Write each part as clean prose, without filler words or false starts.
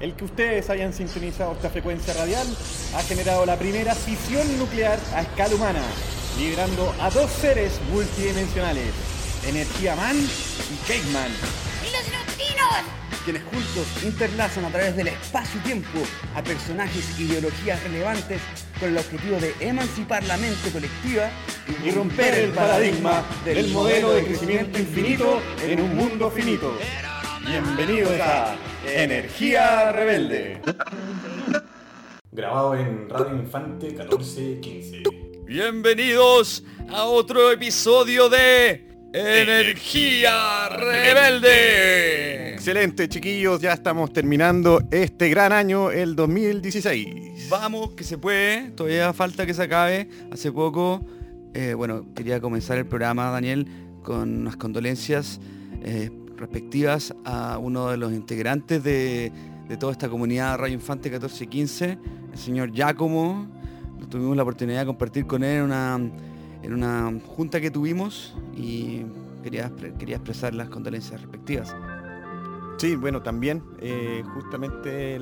El que ustedes hayan sintonizado esta frecuencia radial ha generado la primera fisión nuclear a escala humana, liberando a dos seres multidimensionales, Energía Man y Caveman. ¡Y los neutrinos! Quienes juntos interlazan a través del espacio-tiempo a personajes e ideologías relevantes con el objetivo de emancipar la mente colectiva y romper el paradigma del modelo de crecimiento infinito en un mundo finito. Bienvenidos a Energía Rebelde. Grabado en Radio Infante 1415. Bienvenidos a otro episodio de Energía Rebelde. Excelente, chiquillos, ya estamos terminando este gran año, el 2016. Vamos, que se puede, todavía falta que se acabe. Hace poco, quería comenzar el programa, Daniel, con unas condolencias respectivas a uno de los integrantes de toda esta comunidad Radio Infante 1415, el señor Giacomo. Tuvimos la oportunidad de compartir con él en una junta que tuvimos y quería expresar las condolencias respectivas. Sí, bueno, también justamente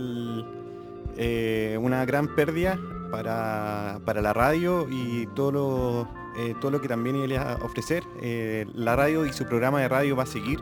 una gran pérdida para la radio y todo lo que también iba a ofrecer. La radio y su programa de radio va a seguir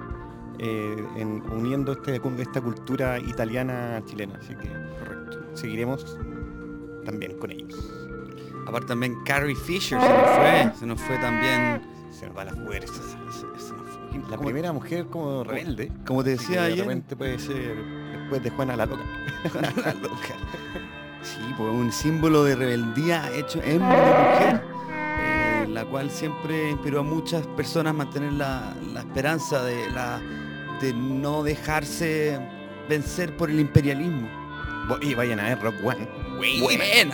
uniendo esta cultura italiana chilena, así que correcto, seguiremos también con ellos. Aparte también Carrie Fisher se nos fue también. Se nos va la fuerza. La primera mujer como rebelde. Como te decía ayer. De repente puede ser después de Juana la Loca. Juana la Loca. Sí, pues un símbolo de rebeldía hecho en una mujer, la cual siempre inspiró a muchas personas a mantener la esperanza de no dejarse vencer por el imperialismo. Y vayan a ver Rock One. Buena.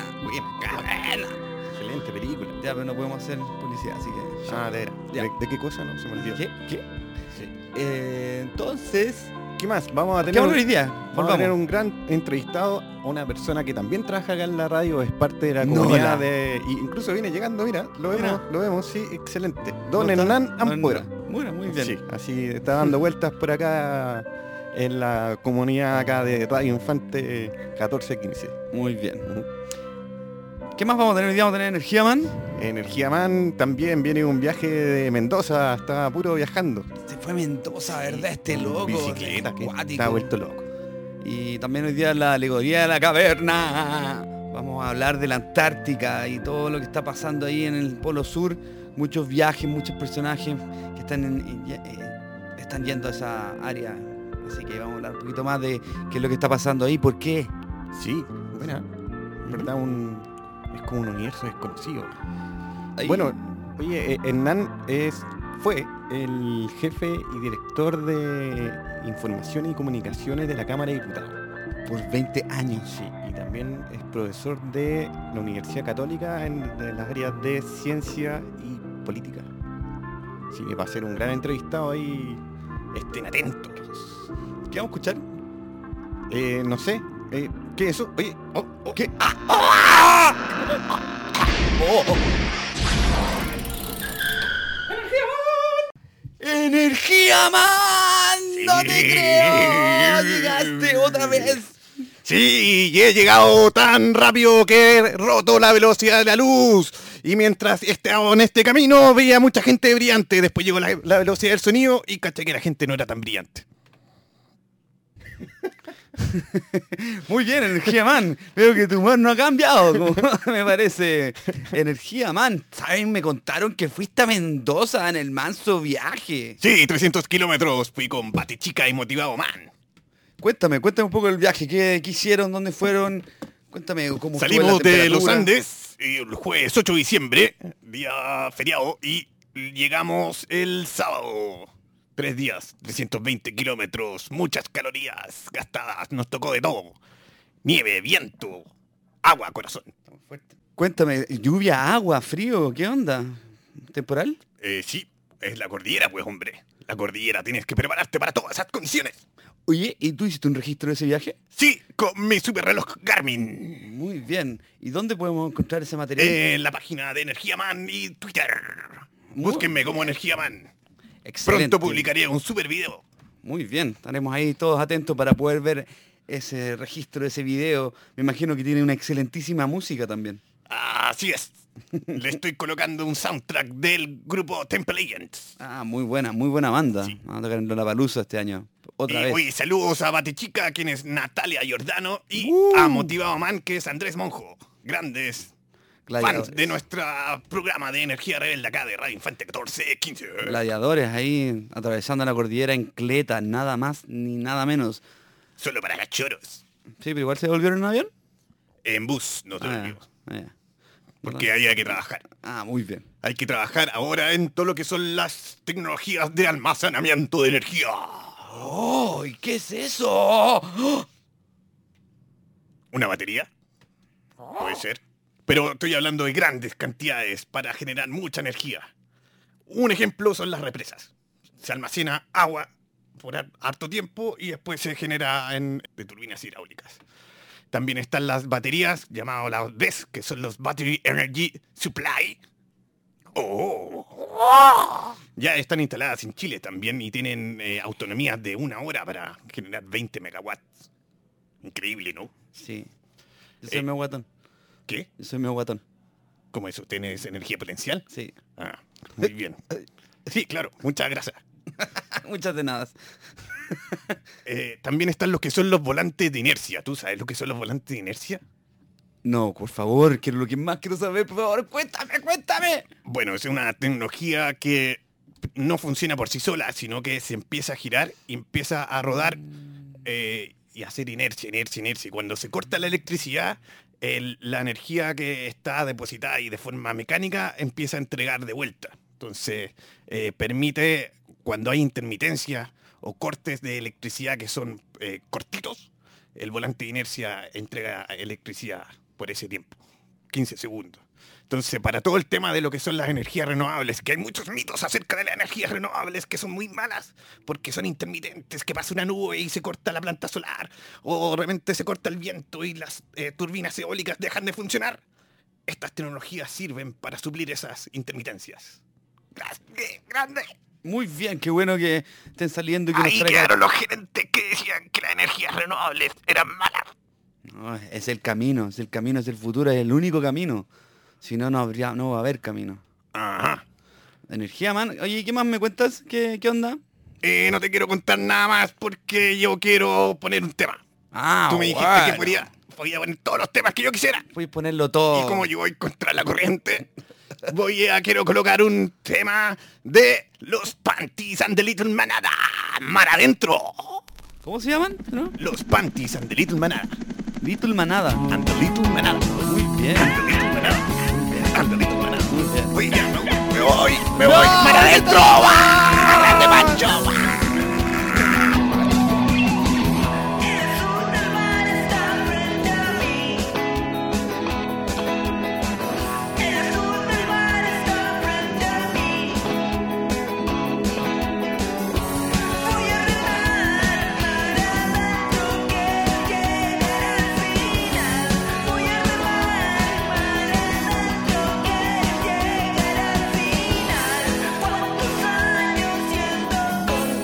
Excelente película. Ya, pero no podemos hacer publicidad, así que... ¿De qué cosa? No, se me olvidó. ¿Qué? Sí. Entonces... ¿Qué más? Vamos a tener un gran entrevistado, una persona que también trabaja acá en la radio, es parte de la comunidad incluso viene llegando, mira, lo vemos, sí, excelente. Don Hernán Ampuero. Muy bien. Sí, así está dando vueltas por acá en la comunidad acá de Radio Infante 1415. Muy bien. ¿Qué más vamos a tener hoy día? ¿Vamos a tener Energía Man? Energía Man también viene un viaje de Mendoza, está puro viajando. Se fue a Mendoza, ¿verdad? Este loco. Bicicleta, que está vuelto loco. Y también hoy día la alegoría de la caverna. Vamos a hablar de la Antártica y todo lo que está pasando ahí en el Polo Sur. Muchos viajes, muchos personajes que están yendo a esa área. Así que vamos a hablar un poquito más de qué es lo que está pasando ahí, por qué. Sí, buena. ¿Verdad? Es como un universo desconocido. Ahí. Bueno, oye, Hernán fue el jefe y director de Información y Comunicaciones de la Cámara de Diputados. Por 20 años. Sí, y también es profesor de la Universidad Católica de las áreas de Ciencia y Política. Así que va a ser un gran entrevistado ahí. Estén atentos. ¿Qué vamos a escuchar? No sé. ¿Qué es eso? Oye, ¿qué? ¡Energía Man! Sí. ¡No te creo! ¡Llegaste otra vez! Sí, y he llegado tan rápido que he roto la velocidad de la luz. Y mientras estaba en este camino veía mucha gente brillante. Después llegó la velocidad del sonido y caché que la gente no era tan brillante. Muy bien, Energía Man. Veo que tu humor no ha cambiado, como me parece. Energía Man. ¿Saben? Me contaron que fuiste a Mendoza en el manso viaje. Sí, 300 kilómetros. Fui con Batichica y Motivado Man. Cuéntame un poco del viaje. ¿Qué hicieron? ¿Dónde fueron? Cuéntame cómo fue la Salimos de temperatura. los Andes el jueves 8 de diciembre, día feriado, y llegamos el sábado. 3 días, 320 kilómetros, muchas calorías gastadas, nos tocó de todo. Nieve, viento, agua, corazón. Cuéntame, lluvia, agua, frío, ¿qué onda? ¿Temporal? Sí, es la cordillera, pues, hombre. La cordillera, tienes que prepararte para todas esas condiciones. Oye, ¿y tú hiciste un registro de ese viaje? Sí, con mi super reloj Garmin. Muy bien. ¿Y dónde podemos encontrar ese material? En la página de Energía Man y Twitter. Búsquenme como Energía Man. Excelente. Pronto publicaría un super video. Muy bien, estaremos ahí todos atentos para poder ver ese registro, ese video. Me imagino que tiene una excelentísima música también. Así es. Le estoy colocando un soundtrack del grupo Temple Agents. Muy buena banda. Sí. Vamos a tocar en Lollapalooza este año. Otra vez. Oye, saludos a Batechica, quien es Natalia Giordano, y a Motivado Man, que es Andrés Monjo. Grandes fans de nuestro programa de energía rebelde acá de Radio Infante 1415. Gladiadores ahí atravesando la cordillera en cleta, nada más ni nada menos. Solo para cachorros. Sí, pero igual se volvieron en avión. En bus, no te Ah, olvides. ya. Porque ahí hay que trabajar. Muy bien. Hay que trabajar ahora en todo lo que son las tecnologías de almacenamiento de energía. ¡Oh! ¿Y qué es eso? ¡Oh! ¿Una batería? Puede ser. Pero estoy hablando de grandes cantidades para generar mucha energía. Un ejemplo son las represas. Se almacena agua por harto tiempo y después se genera de turbinas hidráulicas. También están las baterías, llamadas las BESS, que son los Battery Energy Supply. Ya están instaladas en Chile también y tienen autonomía de 1 hora para generar 20 megawatts. Increíble, ¿no? Sí. Yo soy medio guatón. ¿Qué? Yo soy medio guatón. ¿Cómo eso? ¿Tienes energía potencial? Sí. Muy bien. Sí, claro. Muchas gracias. Muchas de nada. También están los que son los volantes de inercia. ¿Tú sabes lo que son los volantes de inercia? No, por favor, quiero lo que más quiero saber, por favor, cuéntame. Bueno, es una tecnología que no funciona por sí sola, sino que se empieza a girar y empieza a rodar y a hacer inercia. Y cuando se corta la electricidad, la energía que está depositada y de forma mecánica empieza a entregar de vuelta. Entonces, permite, cuando hay intermitencia o cortes de electricidad que son cortitos, el volante de inercia entrega electricidad por ese tiempo, 15 segundos. Entonces, para todo el tema de lo que son las energías renovables, que hay muchos mitos acerca de las energías renovables que son muy malas, porque son intermitentes, que pasa una nube y se corta la planta solar, o de repente se corta el viento y las turbinas eólicas dejan de funcionar. Estas tecnologías sirven para suplir esas intermitencias. ¡Grande! Muy bien, qué bueno que estén saliendo y que Ahí nos traigan... quedaron los gerentes que decían que las energías renovables eran malas. No, es el camino, es el futuro, es el único camino. Si no, no va a haber camino. Ajá. Energía, man. Oye, ¿qué más me cuentas? ¿Qué onda? No te quiero contar nada más porque yo quiero poner un tema. Tú me dijiste que podía poner todos los temas que yo quisiera. Voy a ponerlo todo. Y como yo voy contra la corriente, quiero colocar un tema de los Panties and the Little Manada. Mar adentro. ¿Cómo se llaman? ¿No? Los Panties and the Little Manada. Little Manada. And the Little Manada. Muy bien. And the Little Manada. And the Little Manada. Muy bien. Oye, ya, me voy. Mar adentro. ¡Grande Pancho! ¿Cuántos años siento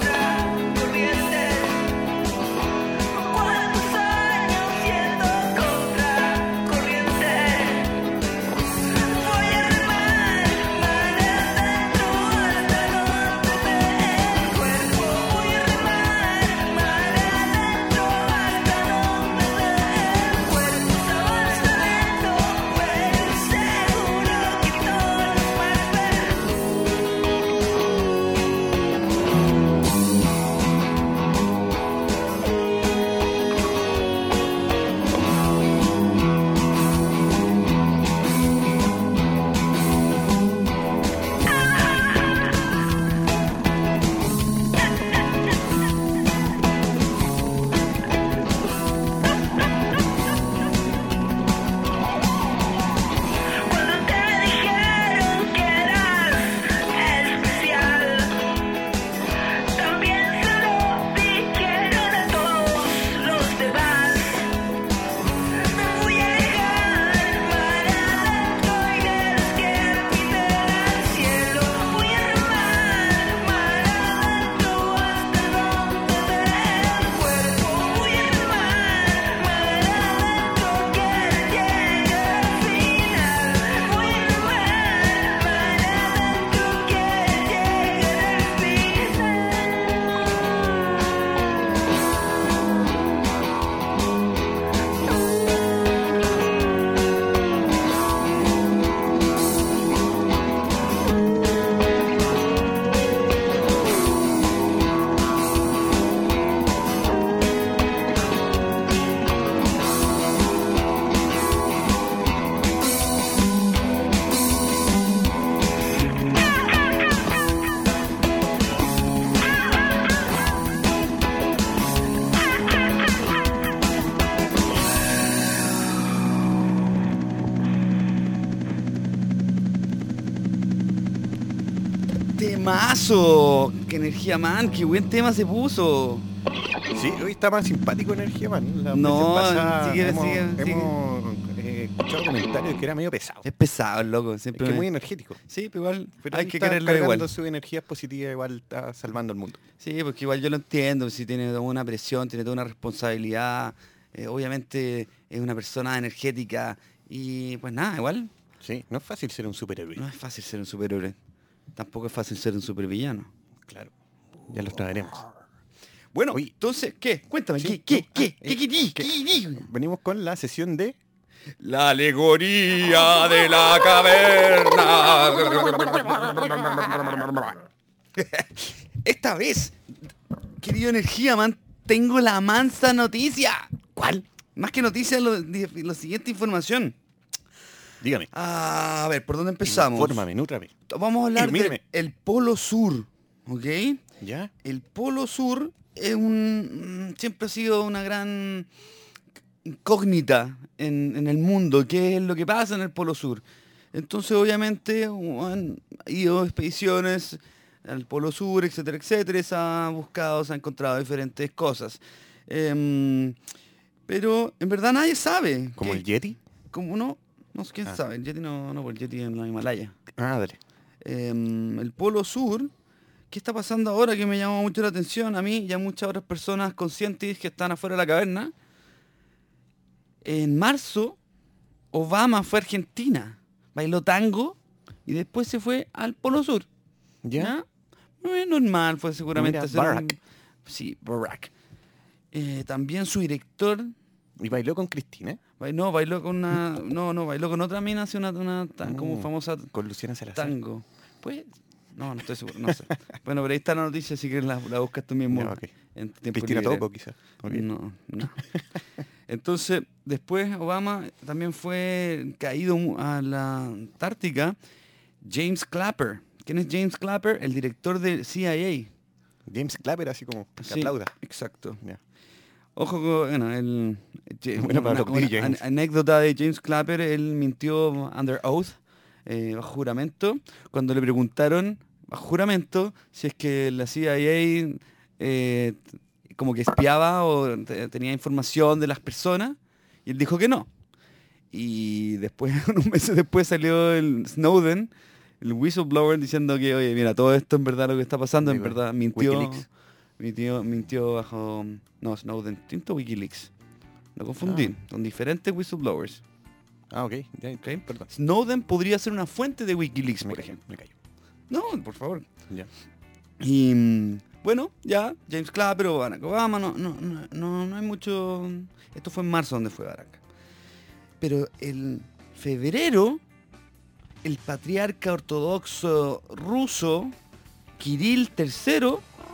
Temazo. ¡Qué Energía Man! ¡Qué buen tema se puso! Sí, hoy está más simpático Energía Man. La No, veces pasadas sigue. hemos escuchado comentarios que era medio pesado. Es pesado el loco. Es Siempre que muy energético. Sí, pero igual Pero hay él que está quererlo cargando igual. su energía positiva, igual está salvando el mundo. Sí, porque igual yo lo entiendo. Si tiene toda una presión, tiene toda una responsabilidad. Obviamente es una persona energética. Y pues nada, igual Sí, no es fácil ser un superhéroe. no es fácil ser un superhéroe. Tampoco es fácil ser un supervillano. Claro. Ya los traeremos. Bueno, Oye. entonces, ¿qué? Cuéntame, Sí, ¿qué? ¿qué? Venimos con la sesión de... La alegoría de la caverna. Esta vez, querido Energía Man, tengo la mansa noticia. ¿Cuál? Más que noticia, lo siguiente información. Dígame. A ver, ¿por dónde empezamos? Infórmame, nútrame. Vamos a hablar Ilumíneme. del Polo Sur, ¿ok? ¿Ya? El Polo Sur es siempre ha sido una gran incógnita en el mundo, qué es lo que pasa en el Polo Sur. Entonces, obviamente, han ido expediciones al Polo Sur, etcétera, etcétera, se ha buscado, se han encontrado diferentes cosas. Pero en verdad nadie sabe. ¿Como el Yeti? ¿Cómo no? No sé quién Ah. sabe. El Yeti no, el Yeti en la Himalaya. Ah, dale. El Polo Sur, ¿qué está pasando ahora que me llama mucho la atención a mí y a muchas otras personas conscientes que están afuera de la caverna? En marzo, Obama fue a Argentina, bailó tango y después se fue al Polo Sur. ¿Ya? Normal, fue seguramente Mira, hacer Barack. Sí, Barack. También su director ¿Y bailó con Cristina? bailó con una... No, bailó con otra mina, hace una como Mm. famosa Con Luciana Salazar. tango. Pues, no estoy seguro, no sé. Bueno, pero ahí está la noticia, así que la buscas tú mismo. Ya, ok. En tu tiempo Cristina libre. Toco, quizás. Ok. No. Entonces, después Obama también fue caído a la Antártica. James Clapper. ¿Quién es James Clapper? El director del CIA. James Clapper, así como que Sí, aplauda. exacto. Ya. Ojo con, Bueno, para los James. anécdota de James Clapper, él mintió under oath, bajo juramento, cuando le preguntaron, bajo juramento, si es que la CIA como que espiaba o tenía información de las personas, y él dijo que no. Y después, unos meses después, salió el Snowden, el whistleblower, diciendo que, oye, mira, todo esto en verdad lo que está pasando, en verdad mintió. Wikileaks. Mintió bajo... No, Snowden, tinto Wikileaks. Lo confundí, son diferentes whistleblowers. Ah, ok. Ya, ¿Ok? perdón. Snowden podría ser una fuente de Wikileaks, Me por callo, ejemplo. me callo. No, por favor. Ya. Y bueno, ya, James Clapper o Barack Obama, no hay mucho... Esto fue en marzo donde fue Barack. Pero en febrero, el patriarca ortodoxo ruso, Kirill III,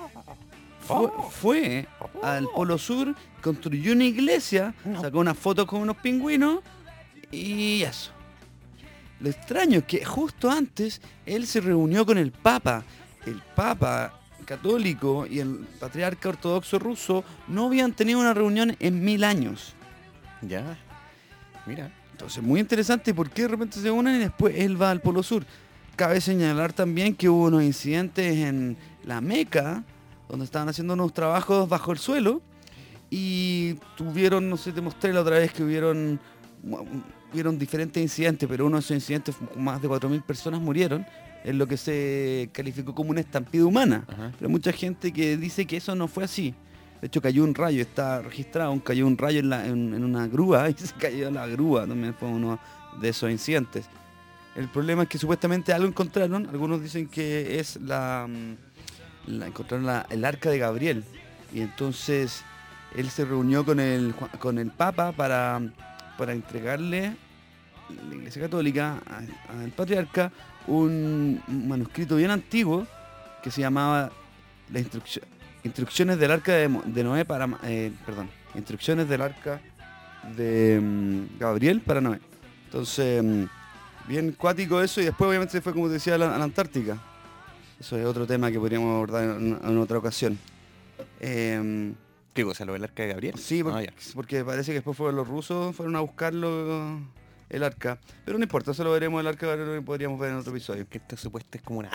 fue al Polo Sur, construyó una iglesia, sacó unas fotos con unos pingüinos y eso. Lo extraño es que justo antes él se reunió con el Papa. El Papa católico y el patriarca ortodoxo ruso no habían tenido una reunión en 1000 años. Ya. Mira. Entonces, muy interesante por qué de repente se unen y después él va al Polo Sur. Cabe señalar también que hubo unos incidentes en la Meca, donde estaban haciendo unos trabajos bajo el suelo y tuvieron, no sé, te mostré la otra vez que hubieron diferentes incidentes, pero uno de esos incidentes, más de 4000 personas murieron, en lo que se calificó como una estampida humana. Ajá. Pero hay mucha gente que dice que eso no fue así. De hecho, cayó un rayo, está registrado, cayó un rayo en una grúa y se cayó la grúa, también fue uno de esos incidentes. El problema es que supuestamente algo encontraron, algunos dicen que es encontraron el arca de Gabriel, y entonces él se reunió con el Papa para entregarle la Iglesia Católica al patriarca un manuscrito bien antiguo que se llamaba las Instrucciones del Arca de Noé para... Instrucciones del Arca de Gabriel para Noé. Entonces, bien cuático eso, y después obviamente se fue, como te decía, a la Antártica. Eso es otro tema que podríamos abordar en otra ocasión. ¿Qué cosa? ¿Lo del arca de Gabriel? Sí, ya. porque parece que después fueron los rusos, fueron a buscarlo el arca. Pero no importa, eso lo veremos el arca de Gabriel, que podríamos ver en otro episodio. Que esto supuesto es como una arma.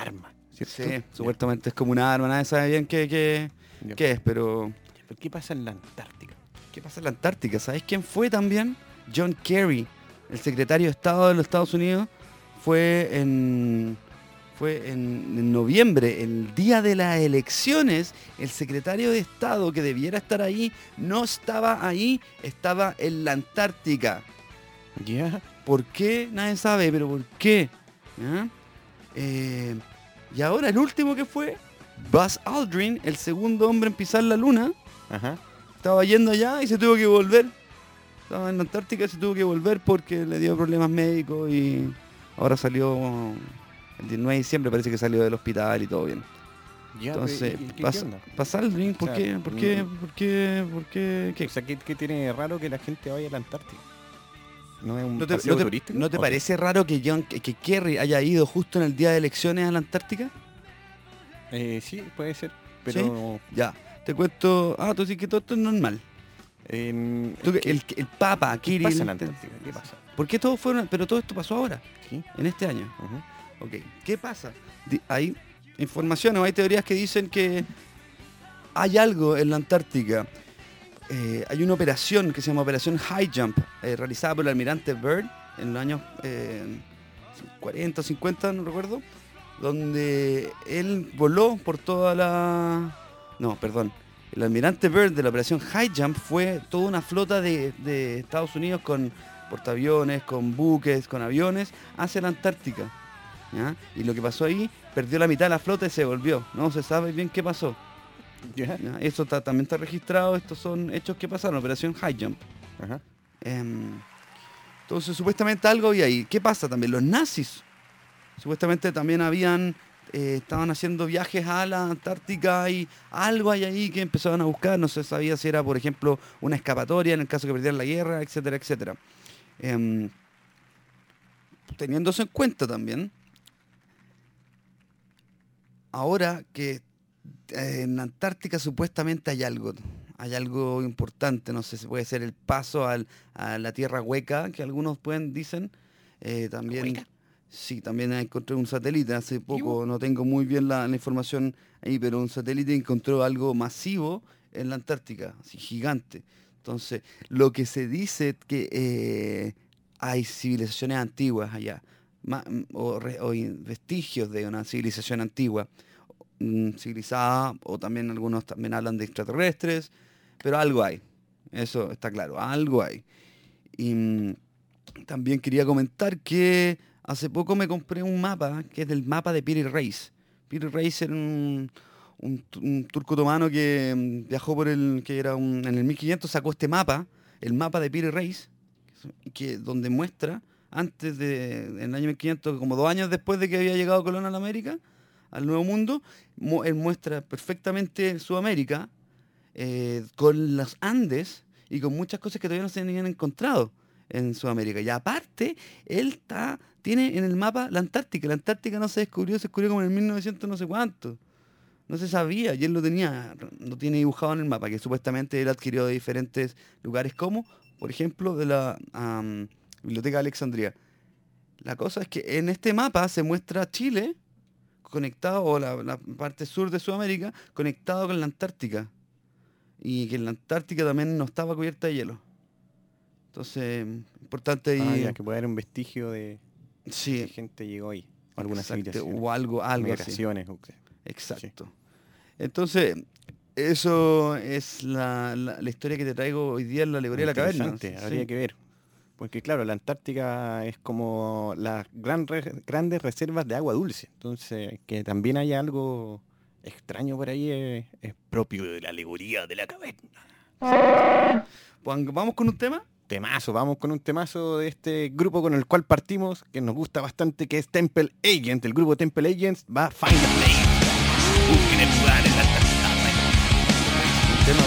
¿cierto? Sí, supuestamente es como una arma, nadie sabe bien qué es, pero... ¿Pero qué pasa en la Antártica? ¿Qué pasa en la Antártica? ¿Sabes quién fue también? John Kerry, el secretario de Estado de los Estados Unidos, fue en noviembre, el día de las elecciones. El secretario de Estado que debiera estar ahí no estaba ahí, estaba en la Antártica. ¿Ya? ¿Por qué? Nadie sabe, pero ¿por qué? ¿Ya? Y ahora el último que fue, Buzz Aldrin, el segundo hombre en pisar la luna, Ajá. estaba yendo allá y se tuvo que volver. Estaba en la Antártica y se tuvo que volver porque le dio problemas médicos y ahora salió, el 19 de diciembre parece que salió del hospital y todo bien. Ya, Entonces, ¿qué onda? Buzz Aldrin, ¿por O qué? sea, ¿Por qué? ¿Qué? O sea, ¿qué tiene de raro que la gente vaya a la Antártica? ¿No es un ¿No te, paseo no te- turístico? no te ¿O parece raro que Kerry haya ido justo en el día de elecciones a la Antártica? qué? Sí, puede ser. Pero Ya, te cuento... Ah, tú sí que todo esto es normal. Tú que- el Papa, ¿qué Kirill... pasa en la Antártica? ¿Qué pasa? ¿Por qué todo fueron? Pero todo esto pasó ahora, ¿Sí? en este año. Ujú. Ok, ¿qué pasa? Hay informaciones, hay teorías que dicen que hay algo en la Antártica. Hay una operación que se llama Operación High Jump, realizada por el almirante Byrd en los años 40 o 50, no recuerdo, donde él voló por toda la... No, perdón. El almirante Byrd de la Operación High Jump fue toda una flota de Estados Unidos con portaaviones, con buques, con aviones, hacia la Antártica. ¿Ya? Y lo que pasó ahí, perdió la mitad de la flota y se volvió. No se sabe bien qué pasó. ¿Ya? ¿Ya? Eso también está registrado, estos son hechos que pasaron, Operación High Jump. Ajá. Entonces, supuestamente algo había ahí. ¿Qué pasa también? Los nazis, supuestamente también estaban haciendo viajes a la Antártica y algo hay ahí que empezaban a buscar. No se sabía si era, por ejemplo, una escapatoria en el caso que perdieran la guerra, etcétera, etcétera. Teniendo eso en cuenta también, ahora que en la Antártica supuestamente hay algo importante, no sé si puede ser el paso a la tierra hueca, que algunos dicen, también, ¿Hueca? sí, también encontré un satélite hace poco, no tengo muy bien la información ahí, pero un satélite encontró algo masivo en la Antártica, así gigante. Entonces, lo que se dice que hay civilizaciones antiguas allá, o vestigios de una civilización antigua, civilizada, o también algunos también hablan de extraterrestres, pero algo hay, eso está claro, algo hay. Y también quería comentar que hace poco me compré un mapa, que es del mapa de Piri Reis. Piri Reis era un turco otomano que viajó en el 1500, sacó este mapa, el mapa de Piri Reis, donde muestra, en el año 1500, como 2 años después de que había llegado Colón a la América, al Nuevo Mundo, él muestra perfectamente Sudamérica, con los Andes y con muchas cosas que todavía no se habían encontrado en Sudamérica. Y aparte, él tiene en el mapa la Antártica. La Antártica no se descubrió como en el 1900 no sé cuánto. No se sabía, y él lo tiene dibujado en el mapa, que supuestamente él adquirió de diferentes lugares, como, por ejemplo, de la Biblioteca de Alejandría. La cosa es que en este mapa se muestra Chile conectado, o la parte sur de Sudamérica, conectado con la Antártica. Y que en la Antártica también no estaba cubierta de hielo. Entonces, importante ahí. Ya, que puede haber un vestigio de Sí, que gente llegó ahí. O alguna exacto, civilización. o algo así. Migraciones. Exacto. Entonces, eso es la historia que te traigo hoy día en la alegoría de la caverna. Interesante, habría Sí. que ver. Porque claro, la Antártica es como las grandes reservas de agua dulce. Entonces, que también haya algo extraño por ahí es propio de la alegoría de la caverna. Pues, ¿vamos con un tema? Temazo, vamos con un temazo de este grupo con el cual partimos, que nos gusta bastante, que es Temple Agent. El grupo Temple Agents va Find a Place. Busquen el lugar en la Antártida. Un tema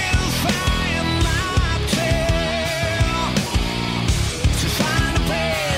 To find a place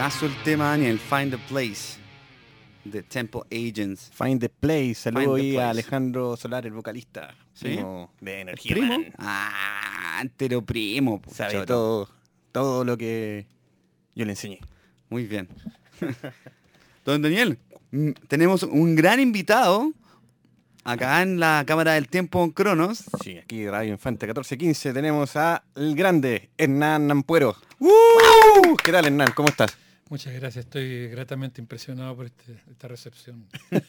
Temazo el tema, Daniel, Find the Place, The Temple Agents. Find the Place, saludo Find the ahí a Place. Alejandro Solar, el vocalista. ¿Sí? Primo de Energía. ¿Primo? Man. Entero primo. Po, Sabe choro. todo lo que yo le enseñé. Muy bien. Don Daniel, tenemos un gran invitado acá en la Cámara del Tiempo en Cronos. Sí, aquí Radio Infante 1415 tenemos a el grande Hernán Ampuero. ¿Qué tal, Hernán? ¿Cómo estás? Muchas gracias, estoy gratamente impresionado por esta recepción.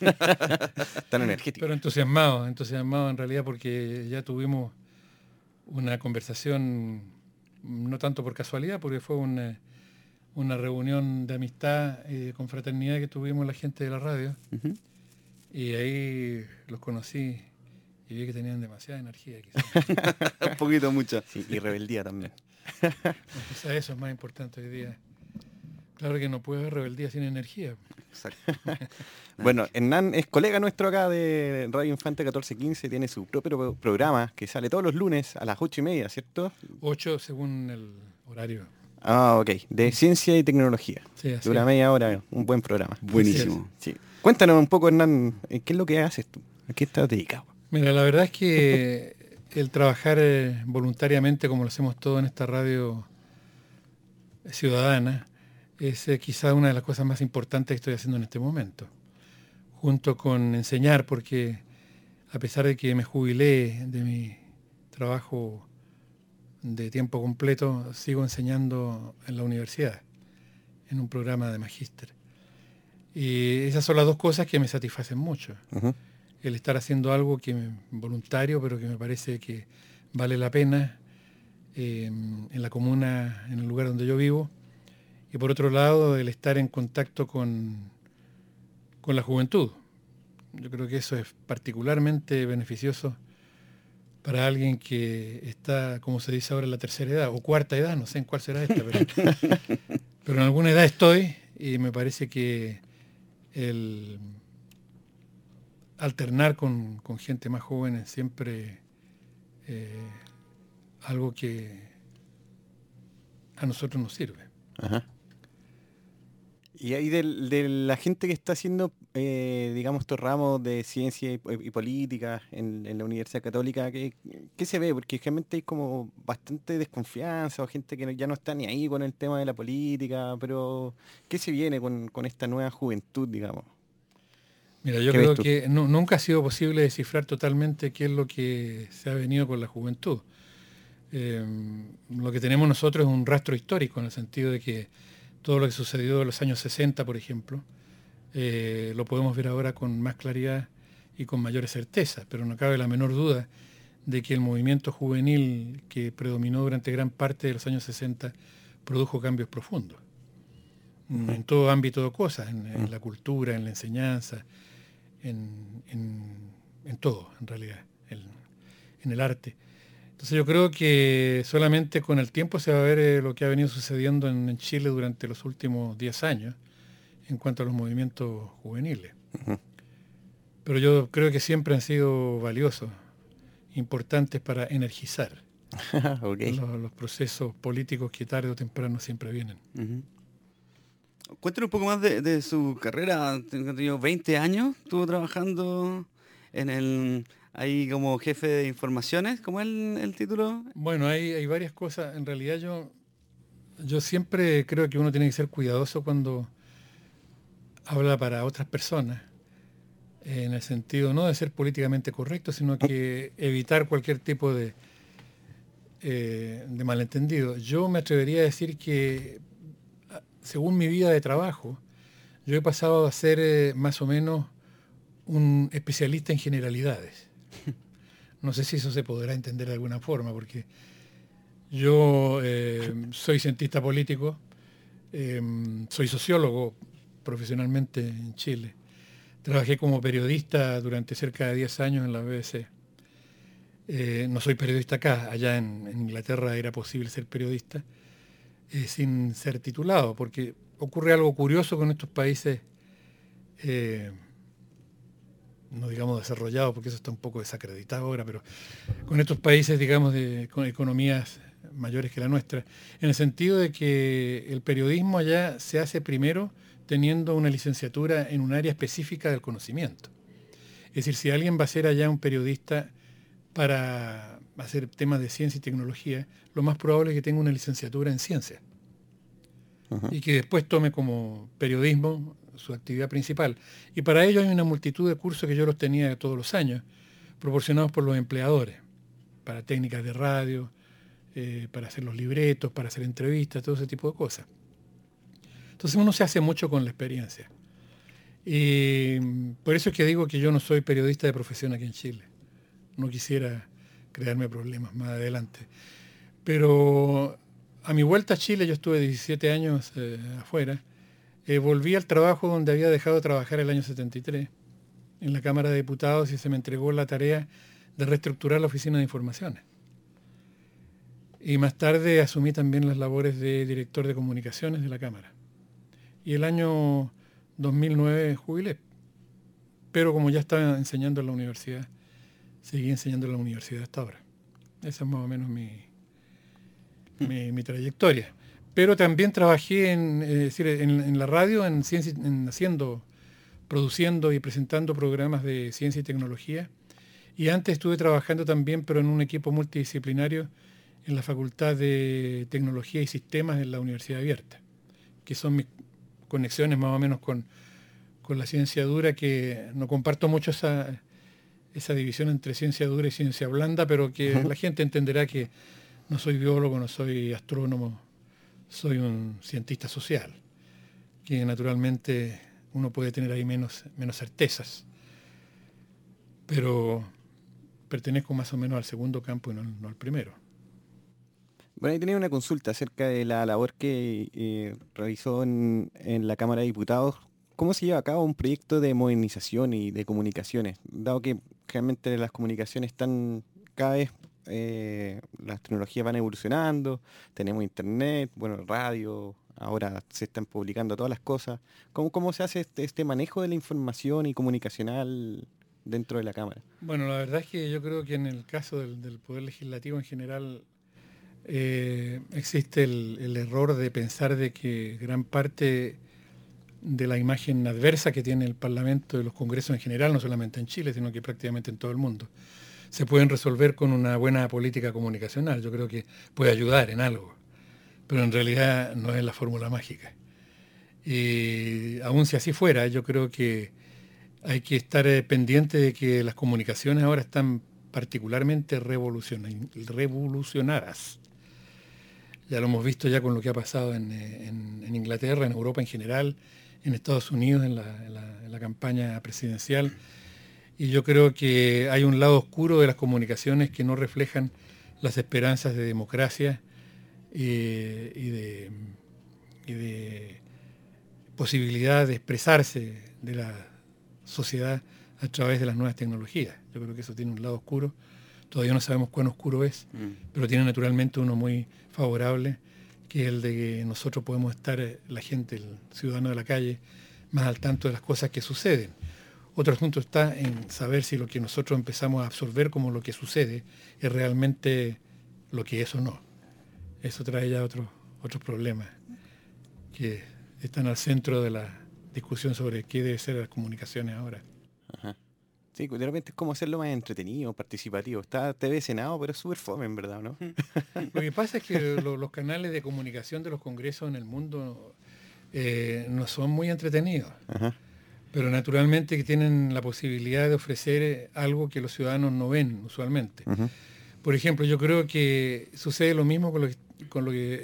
Tan energético. Pero entusiasmado en realidad porque ya tuvimos una conversación, no tanto por casualidad, porque fue una reunión de amistad y confraternidad que tuvimos la gente de la radio. Ujú. Y ahí los conocí y vi que tenían demasiada energía. Quizás. Un poquito mucho. Sí, y rebeldía también. Quizás eso es más importante hoy día. Claro que no puede haber rebeldía sin energía. Exacto. Bueno, Hernán es colega nuestro acá de Radio Infante 1415, tiene su propio programa que sale todos los lunes a las 8:30, ¿cierto? 8 según el horario. Ah, ok, de ciencia y tecnología. Sí, así Dura es. media hora, un buen programa. Buenísimo. Sí. Cuéntanos un poco, Hernán, ¿qué es lo que haces tú? ¿A qué estás dedicado? Mira, la verdad es que el trabajar voluntariamente, como lo hacemos todos en esta radio ciudadana, es quizá una de las cosas más importantes que estoy haciendo en este momento. Junto con enseñar, porque a pesar de que me jubilé de mi trabajo de tiempo completo, sigo enseñando en la universidad, en un programa de magíster. Y esas son las dos cosas que me satisfacen mucho. Ujú. El estar haciendo algo voluntario, pero que me parece que vale la pena en la comuna, en el lugar donde yo vivo. Y por otro lado, el estar en contacto con la juventud. Yo creo que eso es particularmente beneficioso para alguien que está, como se dice ahora, en la tercera edad, o cuarta edad, no sé en cuál será esta, pero en alguna edad estoy y me parece que el alternar con gente más joven es siempre algo que a nosotros nos sirve. Ajá. Y ahí de la gente que está haciendo, digamos, estos ramos de ciencia y política en la Universidad Católica, ¿qué se ve? Porque realmente hay como bastante desconfianza o gente que ya no está ni ahí con el tema de la política, pero ¿qué se viene con esta nueva juventud, digamos? Mira, yo ¿Qué creo ves tú? que nunca ha sido posible descifrar totalmente qué es lo que se ha venido con la juventud. Lo que tenemos nosotros es un rastro histórico, en el sentido de que todo lo que sucedió en los años 60, por ejemplo, lo podemos ver ahora con más claridad y con mayores certezas, pero no cabe la menor duda de que el movimiento juvenil que predominó durante gran parte de los años 60 produjo cambios profundos en todo ámbito de cosas, en la cultura, en la enseñanza, en todo, en realidad, en el arte. Entonces yo creo que solamente con el tiempo se va a ver lo que ha venido sucediendo en Chile durante los últimos 10 años en cuanto a los movimientos juveniles. Ujú. Pero yo creo que siempre han sido valiosos, importantes para energizar Ok. los procesos políticos que tarde o temprano siempre vienen. Ujú. Cuéntanos un poco más de su carrera. Tengo entendido 20 años, estuvo trabajando ahí como jefe de informaciones, ¿cómo es el título? Bueno, hay varias cosas. En realidad yo siempre creo que uno tiene que ser cuidadoso cuando habla para otras personas, en el sentido no de ser políticamente correcto, sino que evitar cualquier tipo de malentendido. Yo me atrevería a decir que, según mi vida de trabajo, yo he pasado a ser más o menos un especialista en generalidades. No sé si eso se podrá entender de alguna forma, porque yo soy cientista político, soy sociólogo profesionalmente en Chile. Trabajé como periodista durante cerca de 10 años en la BBC. No soy periodista acá, allá en Inglaterra era posible ser periodista sin ser titulado, porque ocurre algo curioso con estos países, no digamos desarrollados, porque eso está un poco desacreditado ahora, pero con estos países, digamos, con economías mayores que la nuestra, en el sentido de que el periodismo allá se hace primero teniendo una licenciatura en un área específica del conocimiento. Es decir, si alguien va a ser allá un periodista para hacer temas de ciencia y tecnología, lo más probable es que tenga una licenciatura en ciencia. Y que después tome como periodismo su actividad principal. Y para ello hay una multitud de cursos que yo los tenía todos los años, proporcionados por los empleadores, para técnicas de radio, para hacer los libretos, para hacer entrevistas, todo ese tipo de cosas. Entonces uno se hace mucho con la experiencia. Y por eso es que digo que yo no soy periodista de profesión aquí en Chile. No quisiera crearme problemas más adelante. Pero a mi vuelta a Chile, yo estuve 17 años afuera, volví al trabajo donde había dejado de trabajar el año 73, en la Cámara de Diputados, y se me entregó la tarea de reestructurar la Oficina de Informaciones. Y más tarde asumí también las labores de director de comunicaciones de la Cámara. Y el año 2009 jubilé. Pero como ya estaba enseñando en la universidad, seguí enseñando en la universidad hasta ahora. Esa es más o menos mi trayectoria. Pero también trabajé en la radio, produciendo y presentando programas de ciencia y tecnología. Y antes estuve trabajando también, pero en un equipo multidisciplinario en la Facultad de Tecnología y Sistemas en la Universidad Abierta, que son mis conexiones más o menos con la ciencia dura, que no comparto mucho esa división entre ciencia dura y ciencia blanda, pero que la gente entenderá que no soy biólogo, no soy astrónomo, soy un cientista social, que naturalmente uno puede tener ahí menos certezas, pero pertenezco más o menos al segundo campo y no al primero. Bueno, ahí tenía una consulta acerca de la labor que realizó en la Cámara de Diputados. ¿Cómo se lleva a cabo un proyecto de modernización y de comunicaciones? Dado que realmente las comunicaciones están cada vez, las tecnologías van evolucionando, tenemos internet, bueno, radio, ahora se están publicando todas las cosas. ¿Cómo se hace este manejo de la información y comunicacional dentro de la Cámara? Bueno, la verdad es que yo creo que en el caso del Poder Legislativo en general, existe el error de pensar de que gran parte de la imagen adversa que tiene el Parlamento y los congresos en general, no solamente en Chile, sino que prácticamente en todo el mundo, se pueden resolver con una buena política comunicacional. Yo creo que puede ayudar en algo, pero en realidad no es la fórmula mágica. Y aun si así fuera, yo creo que hay que estar pendiente de que las comunicaciones ahora están particularmente revolucionadas. Ya lo hemos visto ya con lo que ha pasado en Inglaterra, en Europa en general, en Estados Unidos en la campaña presidencial. Y yo creo que hay un lado oscuro de las comunicaciones que no reflejan las esperanzas de democracia y de posibilidad de expresarse de la sociedad a través de las nuevas tecnologías. Yo creo que eso tiene un lado oscuro. Todavía no sabemos cuán oscuro es, pero tiene naturalmente uno muy favorable, que es el de que nosotros podemos estar, la gente, el ciudadano de la calle, más al tanto de las cosas que suceden. Otro asunto está en saber si lo que nosotros empezamos a absorber como lo que sucede es realmente lo que es o no. Eso trae ya otros problemas que están al centro de la discusión sobre qué debe ser las comunicaciones ahora. Ajá. Sí, de repente es como hacerlo más entretenido, participativo. Está TV Senado, pero es súper fome, en verdad, ¿no? Lo que pasa es que los canales de comunicación de los congresos en el mundo no son muy entretenidos. Ajá. Pero naturalmente que tienen la posibilidad de ofrecer algo que los ciudadanos no ven usualmente. Uh-huh. Por ejemplo, yo creo que sucede lo mismo con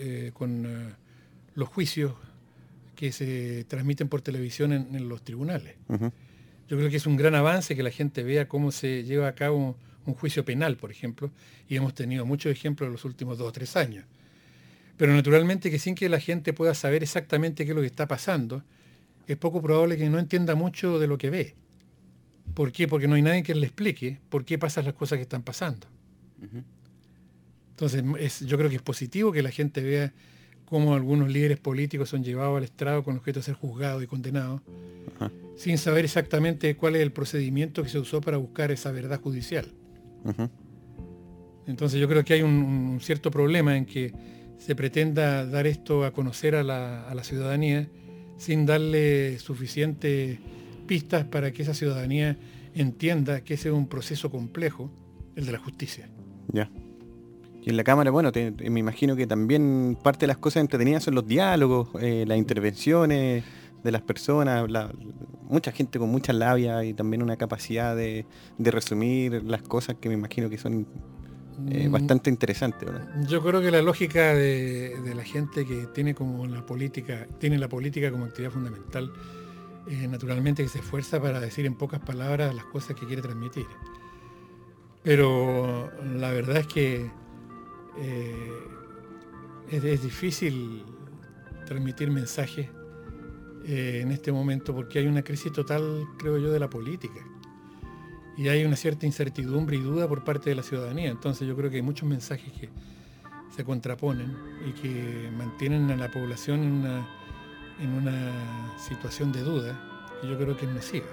los juicios que se transmiten por televisión en los tribunales. Uh-huh. Yo creo que es un gran avance que la gente vea cómo se lleva a cabo un juicio penal, por ejemplo, y hemos tenido muchos ejemplos en los últimos 2 o 3 años. Pero naturalmente que sin que la gente pueda saber exactamente qué es lo que está pasando, es poco probable que no entienda mucho de lo que ve. ¿Por qué? Porque no hay nadie que le explique por qué pasan las cosas que están pasando. Uh-huh. Entonces, yo creo que es positivo que la gente vea cómo algunos líderes políticos son llevados al estrado con objeto de ser juzgados y condenados, uh-huh, sin saber exactamente cuál es el procedimiento que se usó para buscar esa verdad judicial. Uh-huh. Entonces yo creo que hay un cierto problema en que se pretenda dar esto a conocer a la ciudadanía sin darle suficientes pistas para que esa ciudadanía entienda que ese es un proceso complejo, el de la justicia. Ya. Y en la Cámara, bueno, me imagino que también parte de las cosas entretenidas son los diálogos, las intervenciones de las personas, mucha gente con mucha labia y también una capacidad de resumir las cosas que me imagino que son bastante interesantes, ¿verdad? Yo creo que la lógica de la gente que tiene la política como actividad fundamental, naturalmente que se esfuerza para decir en pocas palabras las cosas que quiere transmitir. Pero la verdad es que es difícil transmitir mensajes en este momento porque hay una crisis total, creo yo, de la política. Y hay una cierta incertidumbre y duda por parte de la ciudadanía. Entonces yo creo que hay muchos mensajes que se contraponen y que mantienen a la población en una situación de duda que yo creo que es nociva.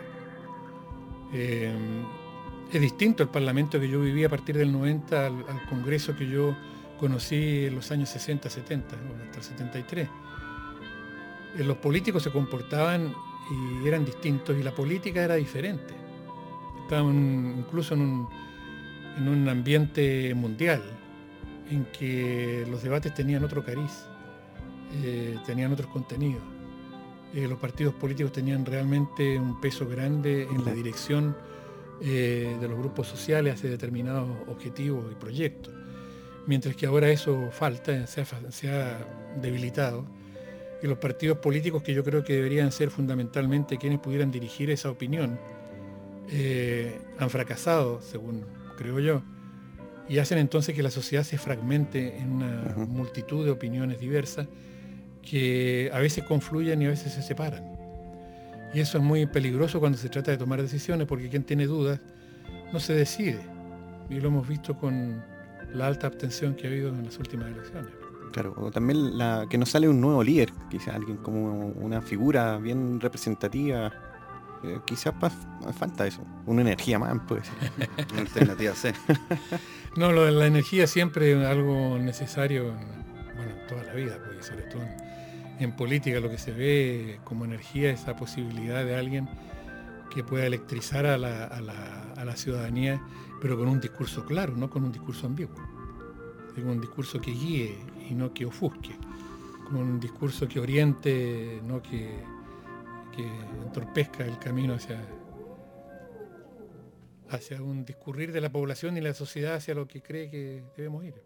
Es distinto el Parlamento que yo viví a partir del 90 al Congreso que yo conocí en los años 60, 70, hasta el 73. Los políticos se comportaban y eran distintos y la política era diferente. Estábamos incluso en un ambiente mundial en que los debates tenían otro cariz, tenían otros contenidos. Los partidos políticos tenían realmente un peso grande en la dirección de los grupos sociales hacia determinados objetivos y proyectos. Mientras que ahora eso falta, se ha debilitado. Y los partidos políticos, que yo creo que deberían ser fundamentalmente quienes pudieran dirigir esa opinión, han fracasado, según creo yo, y hacen entonces que la sociedad se fragmente en una multitud de opiniones diversas que a veces confluyen y a veces se separan. Y eso es muy peligroso cuando se trata de tomar decisiones, porque quien tiene dudas no se decide. Y lo hemos visto con la alta abstención que ha habido en las últimas elecciones. Claro, o también que no sale un nuevo líder, quizás alguien como una figura bien representativa. Quizás falta eso, una energía más, puede ser. Una alternativa C. No, lo de la energía siempre es algo necesario, en toda la vida, porque sobre todo en política lo que se ve como energía es esa posibilidad de alguien que pueda electrizar a la ciudadanía, pero con un discurso claro, no con un discurso ambiguo. Con un discurso que guíe y no que ofusque, con un discurso que oriente, no que entorpezca el camino hacia un discurrir de la población y la sociedad hacia lo que cree que debemos ir.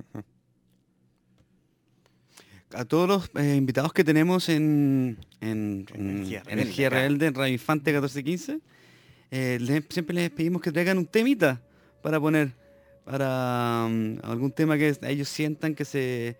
A todos los invitados que tenemos en Energía Rebelde, en Radio Infante 1415, siempre les pedimos que traigan un temita para poner, para algún tema que ellos sientan que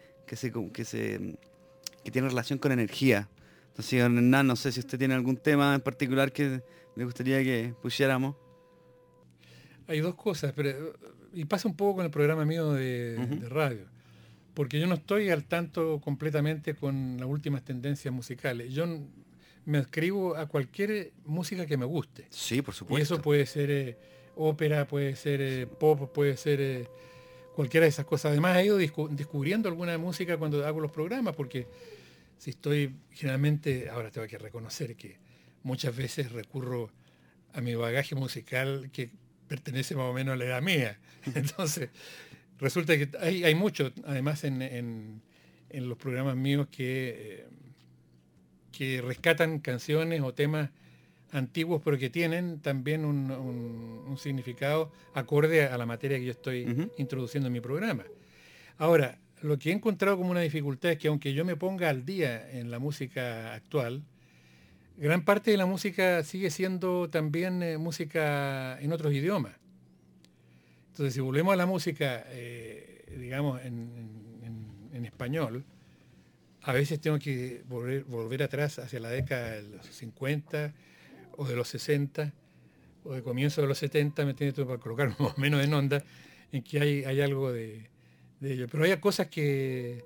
tiene relación con energía. Entonces, Hernán, no sé si usted tiene algún tema en particular que le gustaría que pusiéramos. Hay dos cosas, y pasa un poco con el programa mío de radio, porque yo no estoy al tanto completamente con las últimas tendencias musicales. Yo me adscribo a cualquier música que me guste. Sí, por supuesto. Y eso puede ser ópera, puede ser pop, puede ser cualquiera de esas cosas. Además he ido descubriendo alguna música cuando hago los programas, porque si estoy generalmente, ahora tengo que reconocer que muchas veces recurro a mi bagaje musical que pertenece más o menos a la edad mía. Entonces, resulta que hay mucho, además en los programas míos que rescatan canciones o temas antiguos, pero que tienen también un significado acorde a la materia que yo estoy introduciendo en mi programa. Ahora, lo que he encontrado como una dificultad es que aunque yo me ponga al día en la música actual, gran parte de la música sigue siendo también música en otros idiomas. Entonces, si volvemos a la música, digamos, en español, a veces tengo que volver atrás hacia la década de los 50 o de los 60 o de comienzo de los 70, me tiene todo para colocar más o menos en onda, en que hay algo de ello. Pero hay cosas que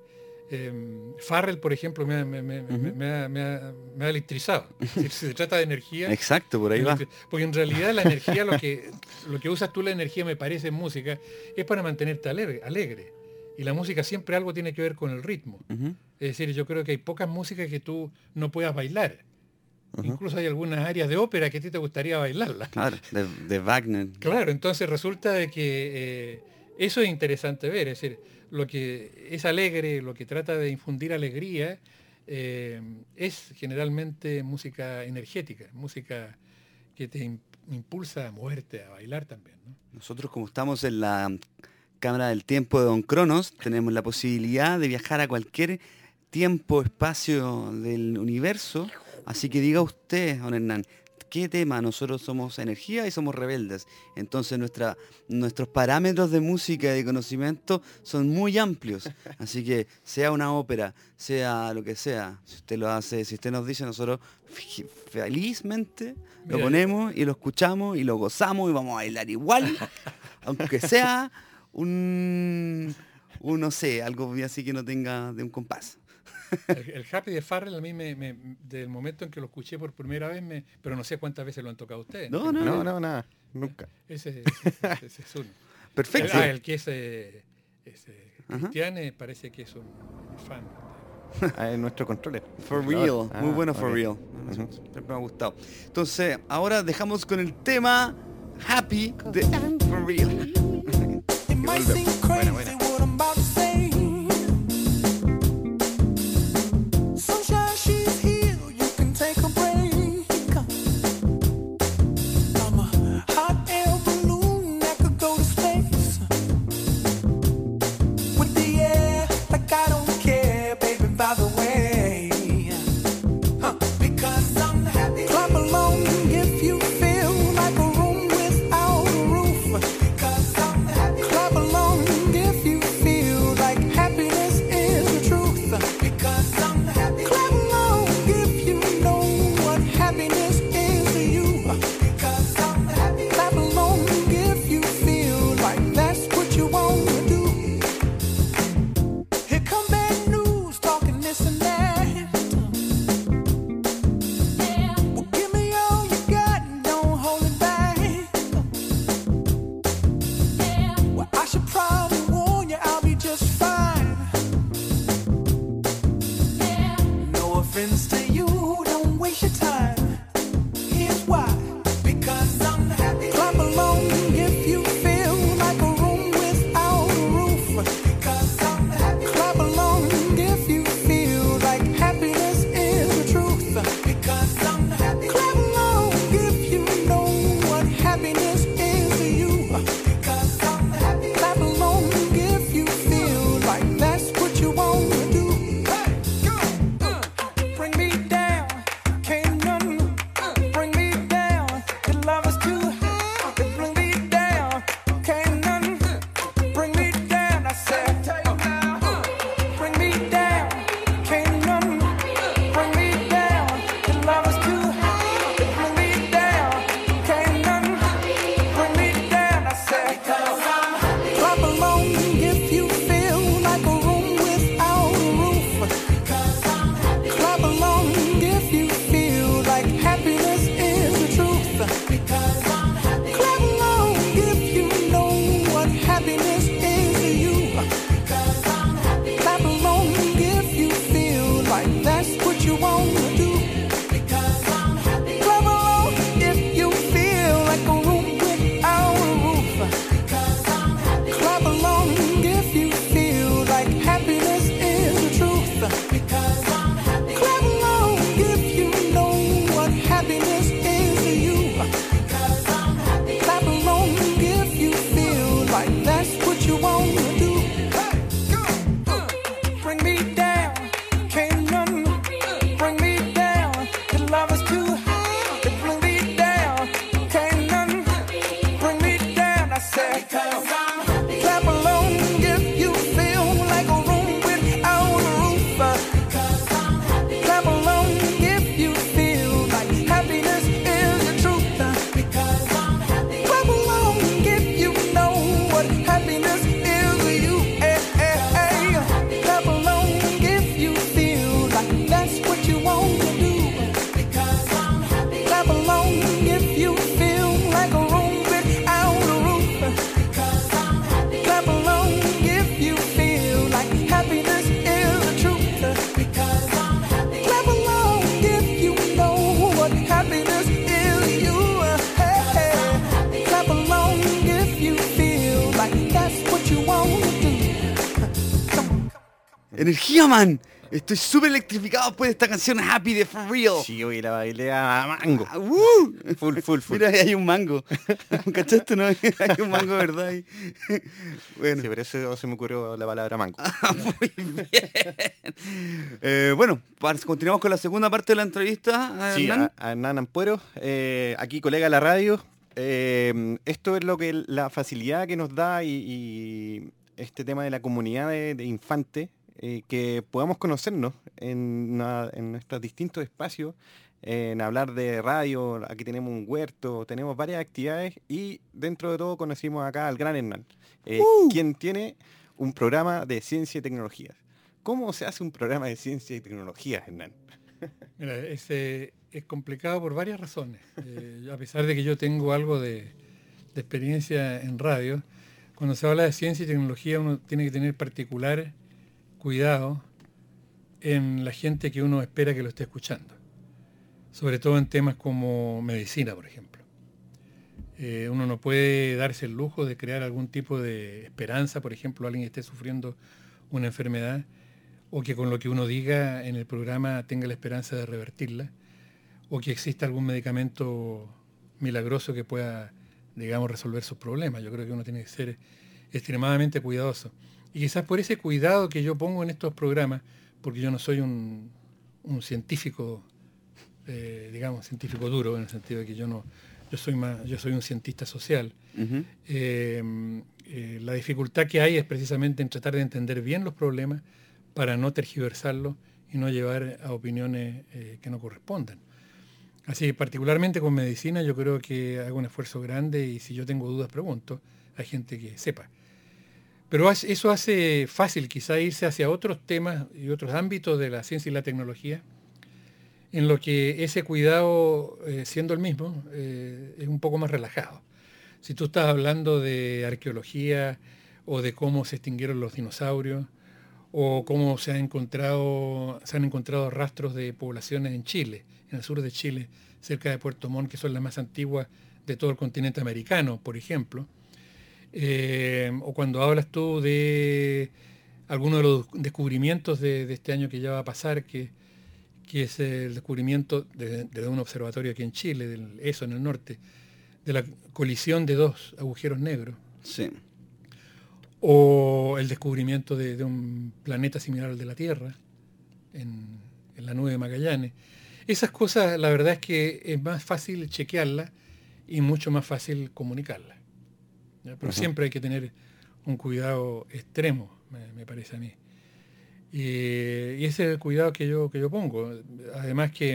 Farrell, por ejemplo, me ha electrizado. Si se trata de energía... Exacto, por ahí va. Porque en realidad la energía, lo que usas tú, la energía, me parece, en música, es para mantenerte alegre. Y la música siempre algo tiene que ver con el ritmo. Es decir, yo creo que hay pocas músicas que tú no puedas bailar. Incluso hay algunas áreas de ópera que a ti te gustaría bailarlas. Claro, de Wagner. Claro, entonces resulta de que eso es interesante ver. Es decir, lo que es alegre, lo que trata de infundir alegría, es generalmente música energética, música que te impulsa a moverte, a bailar también, ¿no? Nosotros, como estamos en la Cámara del Tiempo de Don Cronos, tenemos la posibilidad de viajar a cualquier tiempo, espacio del universo. Así que diga usted, don Hernán, ¿qué tema? Nosotros somos energía y somos rebeldes. Entonces nuestros parámetros de música y de conocimiento son muy amplios. Así que sea una ópera, sea lo que sea, si usted lo hace, si usted nos dice, nosotros felizmente lo ponemos y lo escuchamos y lo gozamos y vamos a bailar igual, aunque sea no sé, algo así que no tenga de un compás. El Happy de Farrell a mí del momento en que lo escuché por primera vez, pero no sé cuántas veces lo han tocado ustedes. No, nada, nunca. Ese es uno. Perfecto. El que es Cristian parece que es un fan. Es nuestro controller. For real, muy bueno, for real. Siempre me ha gustado. Entonces, ahora dejamos con el tema Happy de For Real. Buena. If you ¡Energía, man! Estoy súper electrificado después de esta canción Happy de For Real. Sí, oye, la bailé a mango. Full. Full. Mira, ahí hay un mango. ¿Cachaste, no? Hay un mango, ¿verdad? Ahí. Bueno. Sí, por eso se me ocurrió la palabra mango. Muy bien. Bueno, continuamos con la segunda parte de la entrevista. Sí, Hernán. a Hernán Ampuero, aquí colega de la radio. Esto es lo que la facilidad que nos da y este tema de la comunidad de infantes, que podamos conocernos en nuestros distintos espacios, en hablar de radio. Aquí tenemos un huerto, tenemos varias actividades y dentro de todo conocimos acá al gran Hernán, quien tiene un programa de ciencia y tecnología. ¿Cómo se hace un programa de ciencia y tecnología, Hernán? Mira, es complicado por varias razones. A pesar de que yo tengo algo de experiencia en radio, cuando se habla de ciencia y tecnología uno tiene que tener particular cuidado en la gente que uno espera que lo esté escuchando. Sobre todo en temas como medicina, por ejemplo. Uno no puede darse el lujo de crear algún tipo de esperanza, por ejemplo, alguien que esté sufriendo una enfermedad, o que con lo que uno diga en el programa tenga la esperanza de revertirla, o que exista algún medicamento milagroso que pueda, digamos, resolver sus problemas. Yo creo que uno tiene que ser extremadamente cuidadoso. Y quizás por ese cuidado que yo pongo en estos programas, porque yo no soy un científico, digamos, científico duro, en el sentido de que yo soy un cientista social. Uh-huh. La dificultad que hay es precisamente en tratar de entender bien los problemas para no tergiversarlos y no llevar a opiniones que no correspondan. Así que particularmente con medicina yo creo que hago un esfuerzo grande y si yo tengo dudas pregunto, hay gente que sepa. Pero eso hace fácil quizá irse hacia otros temas y otros ámbitos de la ciencia y la tecnología, en lo que ese cuidado, siendo el mismo, es un poco más relajado. Si tú estás hablando de arqueología o de cómo se extinguieron los dinosaurios, o cómo se han encontrado rastros de poblaciones en Chile, en el sur de Chile, cerca de Puerto Montt, que son las más antiguas de todo el continente americano, por ejemplo. O cuando hablas tú de algunos de los descubrimientos de este año que ya va a pasar, que es el descubrimiento de un observatorio aquí en Chile, del ESO en el norte, de la colisión de dos agujeros negros. Sí. O el descubrimiento de un planeta similar al de la Tierra, en la nube de Magallanes. Esas cosas, la verdad es que es más fácil chequearlas y mucho más fácil comunicarlas. ¿Ya? Pero siempre hay que tener un cuidado extremo, me parece a mí. Y ese es el cuidado que yo pongo. Además que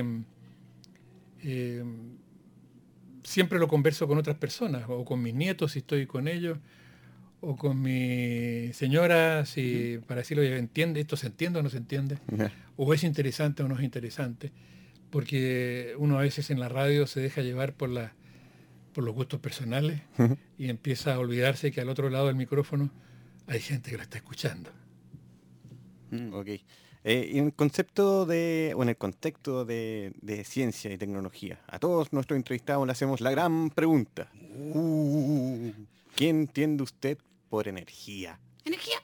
siempre lo converso con otras personas, o con mis nietos si estoy con ellos, o con mi señora, si para decirlo, entiende, esto se entiende o no se entiende, o es interesante o no es interesante, porque uno a veces en la radio se deja llevar por los gustos personales y empieza a olvidarse que al otro lado del micrófono hay gente que lo está escuchando. Ok. En el contexto de ciencia y tecnología, a todos nuestros entrevistados le hacemos la gran pregunta. ¿Qué entiende usted por energía? ¿Energía?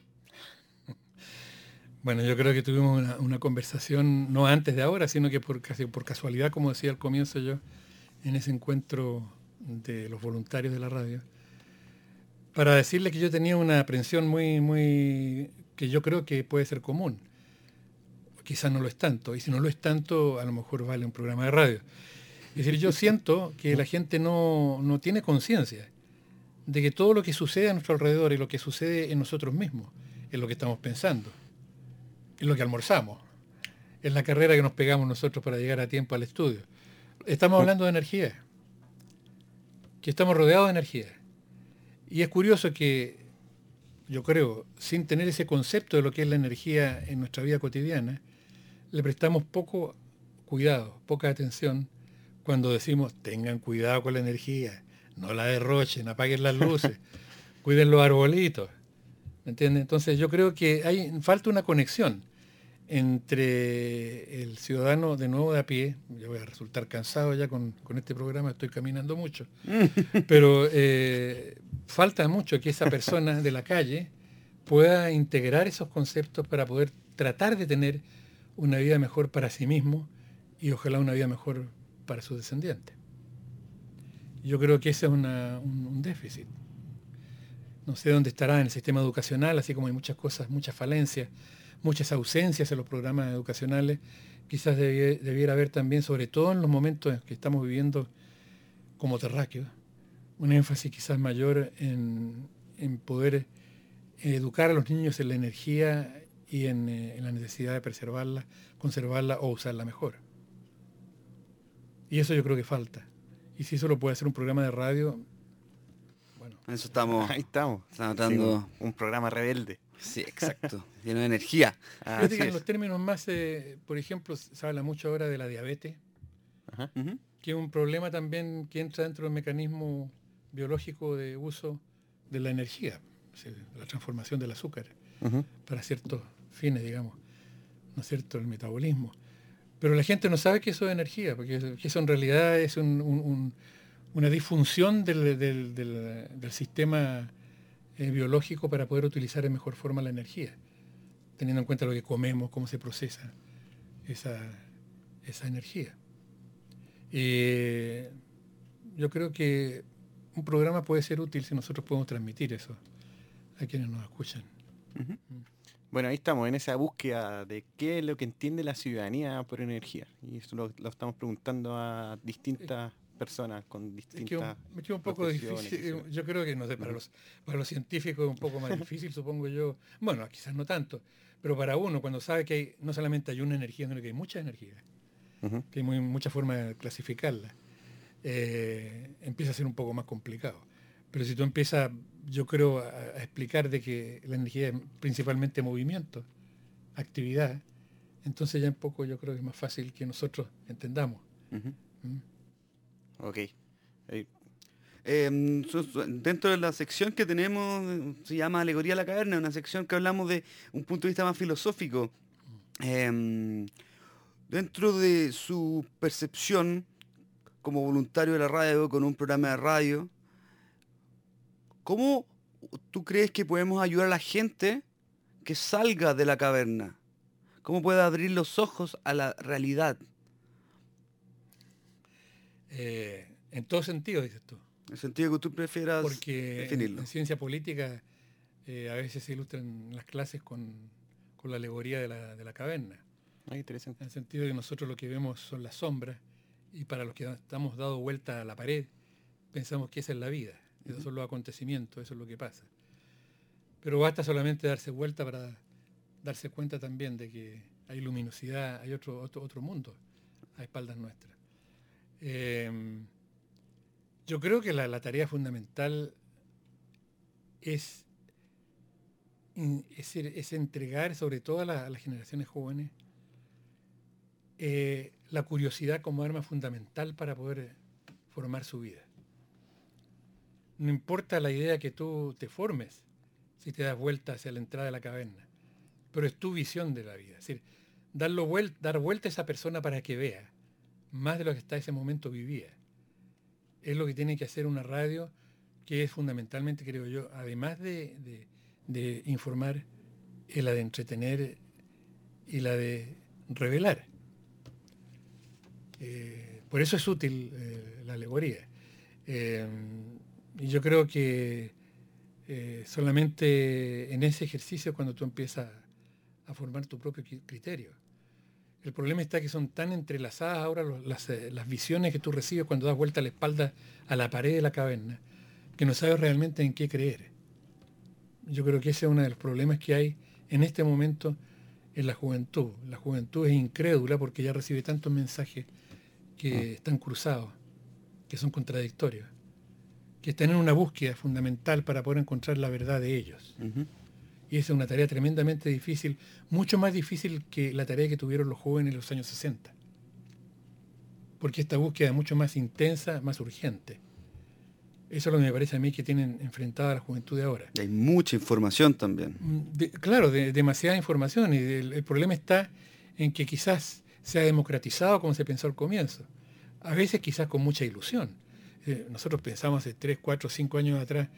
Bueno, yo creo que tuvimos una conversación, no antes de ahora, sino que por casualidad, como decía al comienzo yo, en ese encuentro de los voluntarios de la radio, para decirle que yo tenía una aprensión muy que yo creo que puede ser común. Quizás no lo es tanto, y si no lo es tanto, a lo mejor vale un programa de radio. Es decir, yo siento que la gente no tiene conciencia de que todo lo que sucede a nuestro alrededor y lo que sucede en nosotros mismos es lo que estamos pensando, es lo que almorzamos, es la carrera que nos pegamos nosotros para llegar a tiempo al estudio. Estamos hablando de energía, que estamos rodeados de energía. Y es curioso que, yo creo, sin tener ese concepto de lo que es la energía en nuestra vida cotidiana, le prestamos poco cuidado, poca atención cuando decimos, tengan cuidado con la energía, no la derrochen, apaguen las luces, cuiden los arbolitos. ¿Me entiendes? Entonces yo creo que falta una conexión entre el ciudadano de nuevo de a pie. Yo voy a resultar cansado ya con este programa, estoy caminando mucho, pero falta mucho que esa persona de la calle pueda integrar esos conceptos para poder tratar de tener una vida mejor para sí mismo y ojalá una vida mejor para sus descendientes. Yo creo que ese es un déficit. No sé dónde estará en el sistema educacional, así como hay muchas cosas, muchas falencias, muchas ausencias en los programas educacionales. Quizás debiera haber también, sobre todo en los momentos en que estamos viviendo como terráqueos, un énfasis quizás mayor en poder educar a los niños en la energía y en la necesidad de preservarla, conservarla o usarla mejor. Y eso yo creo que falta. Y si eso lo puede hacer un programa de radio, bueno. Eso estamos. Ahí estamos. Estamos dando... Sí, un programa rebelde. Sí, exacto. Lleno de energía. Fíjate que en los términos más, por ejemplo, se habla mucho ahora de la diabetes, Ajá. que es un problema también que entra dentro del mecanismo biológico de uso de la energía, o sea, la transformación del azúcar Ujú. para ciertos fines, digamos, ¿no es cierto?, el metabolismo. Pero la gente no sabe que eso es energía, porque eso en realidad es una disfunción del sistema biológico para poder utilizar de mejor forma la energía, teniendo en cuenta lo que comemos, cómo se procesa esa energía. Yo creo que un programa puede ser útil si nosotros podemos transmitir eso a quienes nos escuchan. Ujú. Bueno, ahí estamos, en esa búsqueda de qué es lo que entiende la ciudadanía por energía. Y eso lo estamos preguntando a distintas personas con distintas... Me queda un poco difícil. Yo creo que, no sé, para los científicos es un poco más difícil, supongo yo. Bueno, quizás no tanto, pero para uno, cuando sabe que no solamente hay una energía, sino que hay mucha energía, Ujú. que hay muchas formas de clasificarla, empieza a ser un poco más complicado. Pero si tú empiezas, yo creo, a explicar de que la energía es principalmente movimiento, actividad, entonces ya un poco yo creo que es más fácil que nosotros entendamos. Ujú. ¿Mm? Ok. Dentro de la sección que tenemos, se llama Alegoría a la Caverna, una sección que hablamos de un punto de vista más filosófico. Dentro de su percepción como voluntario de la radio, con un programa de radio, ¿cómo tú crees que podemos ayudar a la gente que salga de la caverna? ¿Cómo puede abrir los ojos a la realidad? En todo sentido, dices tú. En el sentido que tú prefieras Porque definirlo. en ciencia política a veces se ilustran las clases con la alegoría de la caverna. Ah, interesante. En el sentido de que nosotros lo que vemos son las sombras y para los que estamos dado vuelta a la pared pensamos que esa es la vida. Esos son los acontecimientos, eso es lo que pasa. Pero basta solamente darse vuelta para darse cuenta también de que hay luminosidad, hay otro mundo a espaldas nuestras. Yo creo que la tarea fundamental es entregar, sobre todo a las generaciones jóvenes, la curiosidad como arma fundamental para poder formar su vida. No importa la idea que tú te formes, si te das vuelta hacia la entrada de la caverna, pero es tu visión de la vida. Es decir, dar vuelta a esa persona para que vea más de lo que hasta ese momento vivía. Es lo que tiene que hacer una radio, que es fundamentalmente, creo yo, además de informar, es la de entretener y la de revelar. Por eso es útil la alegoría. Y yo creo que solamente en ese ejercicio cuando tú empiezas a formar tu propio criterio. El problema está que son tan entrelazadas ahora las visiones que tú recibes cuando das vuelta la espalda a la pared de la caverna, que no sabes realmente en qué creer. Yo creo que ese es uno de los problemas que hay en este momento en la juventud. La juventud es incrédula porque ya recibe tantos mensajes que están cruzados, que son contradictorios, que están en una búsqueda fundamental para poder encontrar la verdad de ellos. Ujú. Y esa es una tarea tremendamente difícil, mucho más difícil que la tarea que tuvieron los jóvenes en los años 60. Porque esta búsqueda es mucho más intensa, más urgente. Eso es lo que me parece a mí que tienen enfrentada a la juventud de ahora. Y hay mucha información también. Claro, demasiada información. Y el problema está en que quizás se ha democratizado como se pensó al comienzo. A veces quizás con mucha ilusión. Nosotros pensamos hace 3, 4, 5 años atrás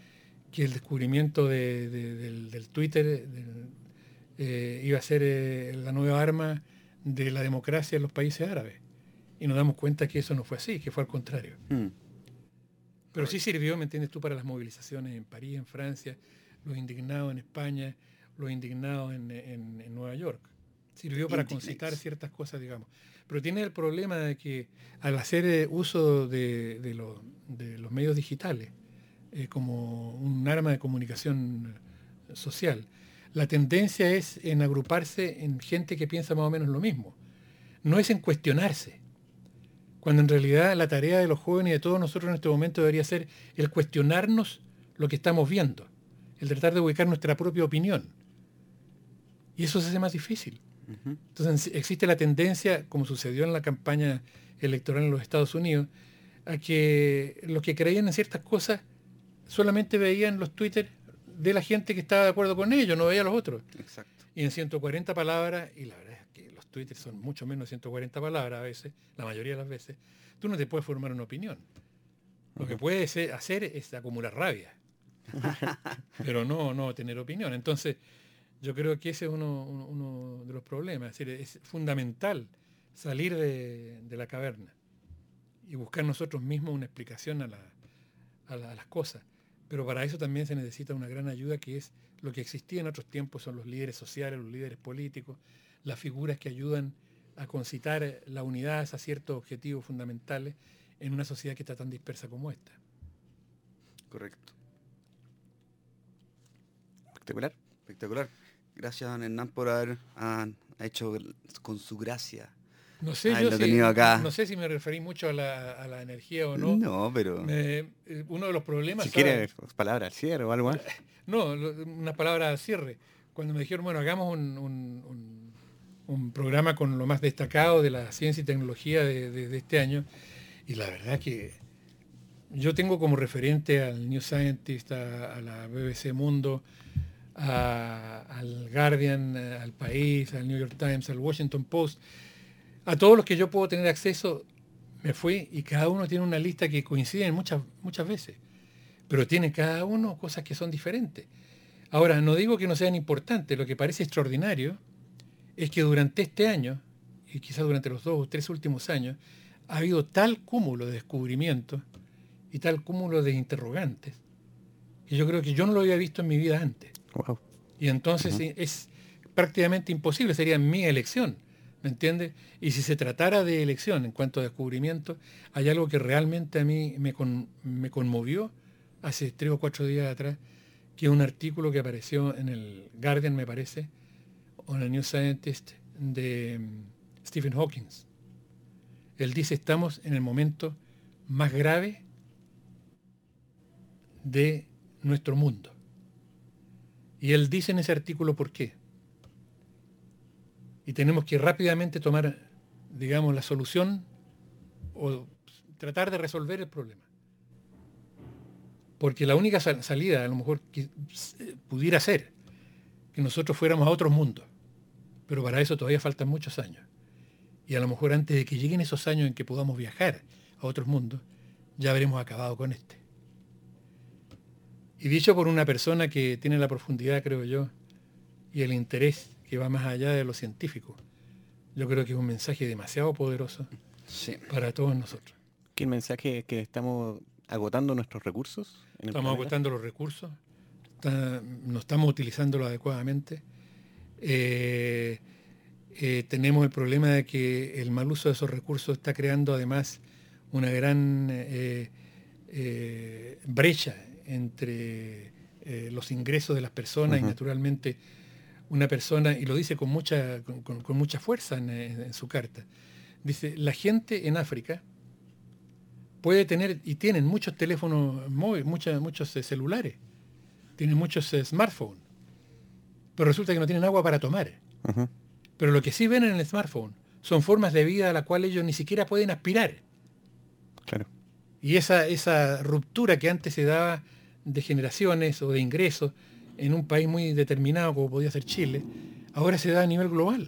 que el descubrimiento del Twitter iba a ser la nueva arma de la democracia en los países árabes. Y nos damos cuenta que eso no fue así, que fue al contrario. Pero sí sirvió, ¿me entiendes tú?, para las movilizaciones en París, en Francia, los indignados en España, los indignados en Nueva York. Sirvió para concitar ciertas cosas, digamos. Pero tiene el problema de que al hacer uso de los medios digitales como un arma de comunicación social, la tendencia es en agruparse en gente que piensa más o menos lo mismo. No es en cuestionarse. Cuando en realidad la tarea de los jóvenes y de todos nosotros en este momento debería ser el cuestionarnos lo que estamos viendo, el tratar de ubicar nuestra propia opinión. Y eso se hace más difícil. Entonces existe la tendencia, como sucedió en la campaña electoral en los Estados Unidos, a que los que creían en ciertas cosas solamente veían los Twitter de la gente que estaba de acuerdo con ellos, no veía a los otros. Exacto. Y en 140 palabras, y la verdad es que los Twitter son mucho menos de 140 palabras a veces, la mayoría de las veces, tú no te puedes formar una opinión. Lo que puedes hacer es acumular rabia, pero no tener opinión. Entonces, yo creo que ese es uno de los problemas. Es decir, es fundamental salir de la caverna y buscar nosotros mismos una explicación a las cosas. Pero para eso también se necesita una gran ayuda, que es lo que existía en otros tiempos, son los líderes sociales, los líderes políticos, las figuras que ayudan a concitar la unidad hacia ciertos objetivos fundamentales en una sociedad que está tan dispersa como esta. Correcto. Espectacular. Espectacular. Gracias, don Hernán, por haber hecho con su gracia. No sé, no sé si me referí mucho a la energía o no. No, pero... uno de los problemas... Si quiere, palabra al cierre o algo más. No, unas palabras al cierre. Cuando me dijeron, bueno, hagamos un programa con lo más destacado de la ciencia y tecnología de este año, y la verdad que yo tengo como referente al New Scientist, a la BBC Mundo, al Guardian, al País, al New York Times, al Washington Post, a todos los que yo puedo tener acceso. Me fui y cada uno tiene una lista que coincide muchas veces, pero tiene cada uno cosas que son diferentes. Ahora, no digo que no sean importantes, lo que parece extraordinario es que durante este año, y quizás durante los 2 o 3 últimos años, ha habido tal cúmulo de descubrimientos y tal cúmulo de interrogantes, que yo creo que yo no lo había visto en mi vida antes. Wow. Y entonces es prácticamente imposible, sería mi elección, ¿me entiendes? Y si se tratara de elección en cuanto a descubrimiento, hay algo que realmente a mí me conmovió hace 3 o 4 días atrás, que es un artículo que apareció en el Guardian, me parece, o en el New Scientist, de Stephen Hawking. Él dice, estamos en el momento más grave de nuestro mundo. Y él dice en ese artículo por qué. Y tenemos que rápidamente tomar, digamos, la solución o tratar de resolver el problema. Porque la única salida, a lo mejor, que pudiera ser que nosotros fuéramos a otros mundos. Pero para eso todavía faltan muchos años. Y a lo mejor antes de que lleguen esos años en que podamos viajar a otros mundos, ya habremos acabado con este. Y dicho por una persona que tiene la profundidad, creo yo, y el interés que va más allá de lo científico, yo creo que es un mensaje demasiado poderoso para todos nosotros. ¿Qué el mensaje es que estamos agotando nuestros recursos? Estamos agotando los recursos, no estamos utilizándolo adecuadamente. Tenemos el problema de que el mal uso de esos recursos está creando además una gran brecha entre los ingresos de las personas y naturalmente una persona, y lo dice con mucha fuerza en su carta, dice, la gente en África puede tener, y tienen muchos teléfonos móviles, muchos celulares, tienen muchos smartphones, pero resulta que no tienen agua para tomar. Pero lo que sí ven en el smartphone son formas de vida a las cuales ellos ni siquiera pueden aspirar. Claro. Y esa ruptura que antes se daba de generaciones o de ingresos en un país muy determinado como podía ser Chile, ahora se da a nivel global.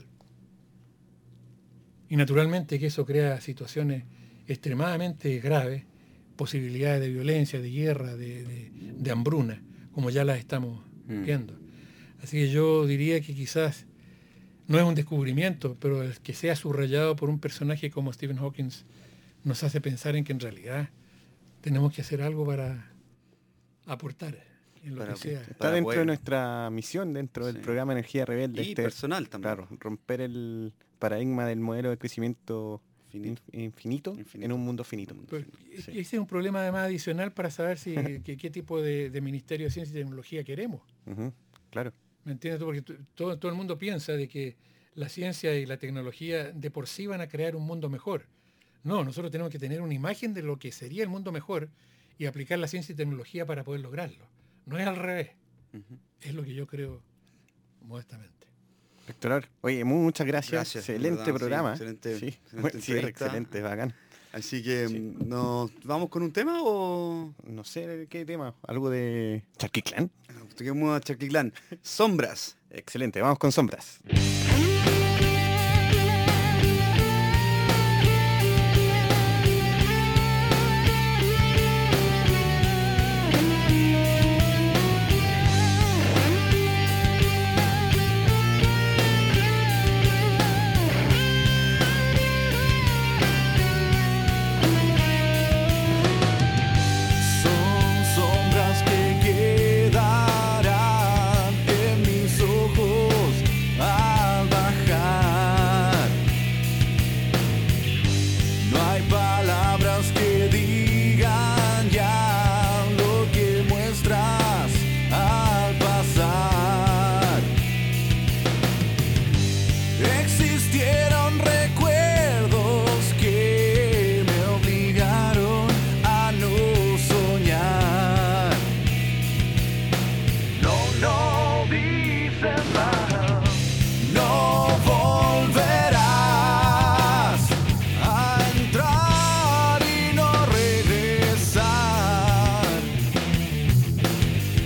Y naturalmente que eso crea situaciones extremadamente graves, posibilidades de violencia, de guerra, de hambruna, como ya las estamos viendo. Así que yo diría que quizás no es un descubrimiento, pero el que sea subrayado por un personaje como Stephen Hawking nos hace pensar en que en realidad tenemos que hacer algo para aportar en lo que sea. Está dentro de nuestra misión, dentro del programa Energía Rebelde. Y personal también. Claro, romper el paradigma del modelo de crecimiento infinito en un mundo finito. Pero ese es un problema además adicional para saber si qué tipo de Ministerio de Ciencia y Tecnología queremos. Claro. ¿Me entiendes tú? Porque todo el mundo piensa de que la ciencia y la tecnología de por sí van a crear un mundo mejor. No, nosotros tenemos que tener una imagen de lo que sería el mundo mejor y aplicar la ciencia y tecnología para poder lograrlo. No es al revés. Es lo que yo creo modestamente. Rector, oye, muchas gracias. Excelente ¿verdad? programa. Sí, excelente excelente, bacán. Así que ¿nos vamos con un tema o...? No sé qué tema. ¿Algo de Charquiclán? Lleguemos a Charquiclán. Sombras. Excelente, vamos con Sombras.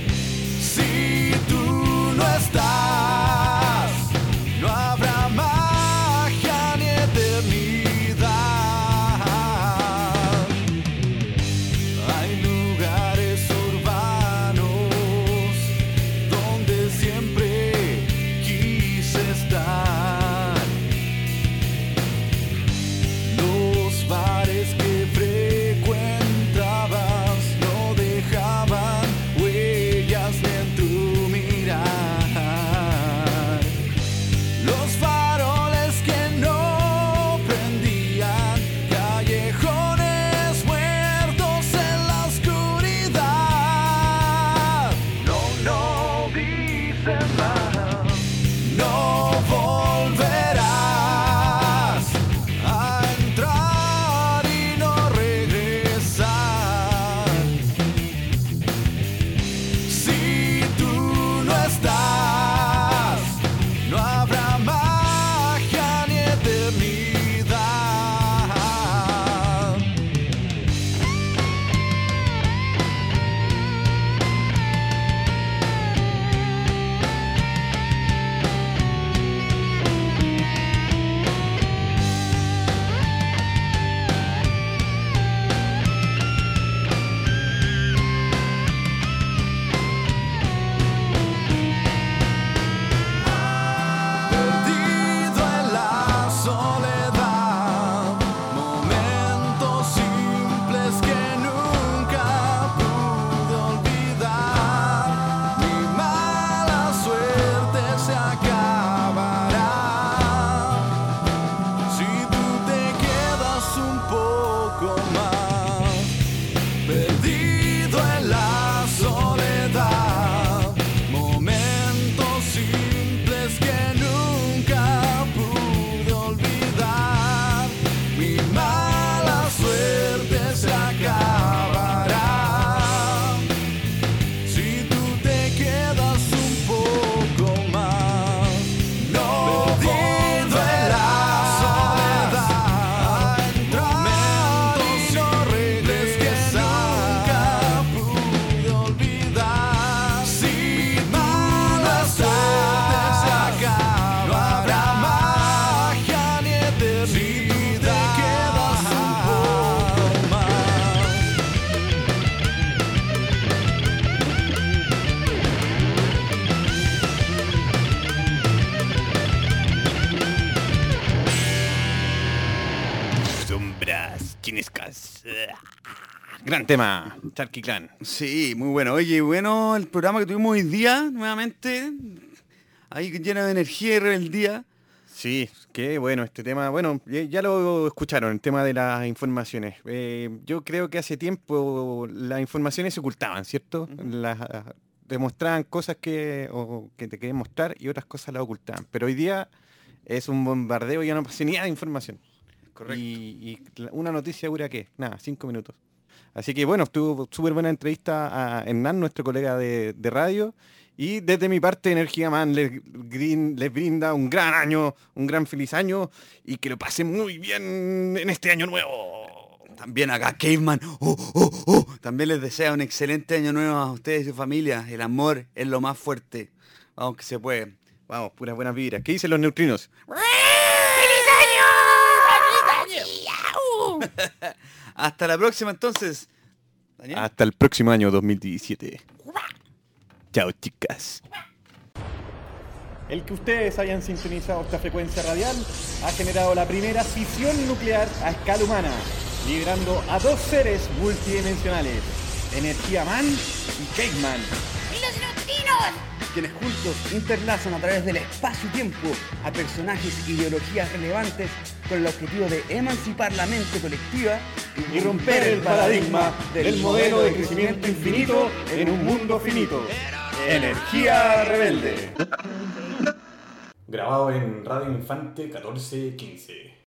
Si tú no estás, no habrá más. Chinescas. Gran tema, Charqui Clan. Sí, muy bueno. Oye, bueno, el programa que tuvimos hoy día, nuevamente, ahí lleno de energía y rebeldía. Sí, qué bueno este tema. Bueno, ya lo escucharon, el tema de las informaciones. Yo creo que hace tiempo las informaciones se ocultaban, ¿cierto? Demostraban cosas que te querían mostrar y otras cosas las ocultaban. Pero hoy día es un bombardeo, ya no pasa ni nada de información. Correcto. Y una noticia dura, ¿qué? Nada, 5 minutos. Así que bueno, estuvo súper buena entrevista a Hernán, nuestro colega de radio. Y desde mi parte, Energía Man les brinda un gran año, un gran feliz año y que lo pasen muy bien en este año nuevo. También acá Caveman, también les desea un excelente año nuevo a ustedes y su familia. El amor es lo más fuerte. Vamos que se puede. Vamos, puras buenas vibras. ¿Qué dicen los neutrinos? ¡Feliz año! Hasta la próxima entonces. ¿Daniel? Hasta el próximo año 2017. Chao, chicas. El que ustedes hayan sintonizado esta frecuencia radial ha generado la primera fisión nuclear a escala humana, liberando a dos seres multidimensionales, Energía Man y Caveman. ¡Y los neutrinos! Quienes juntos interlazan a través del espacio-tiempo a personajes e ideologías relevantes con el objetivo de emancipar la mente colectiva Y romper el paradigma del modelo de crecimiento infinito en un mundo finito. Energía Rebelde. Grabado en Radio Infante 1415.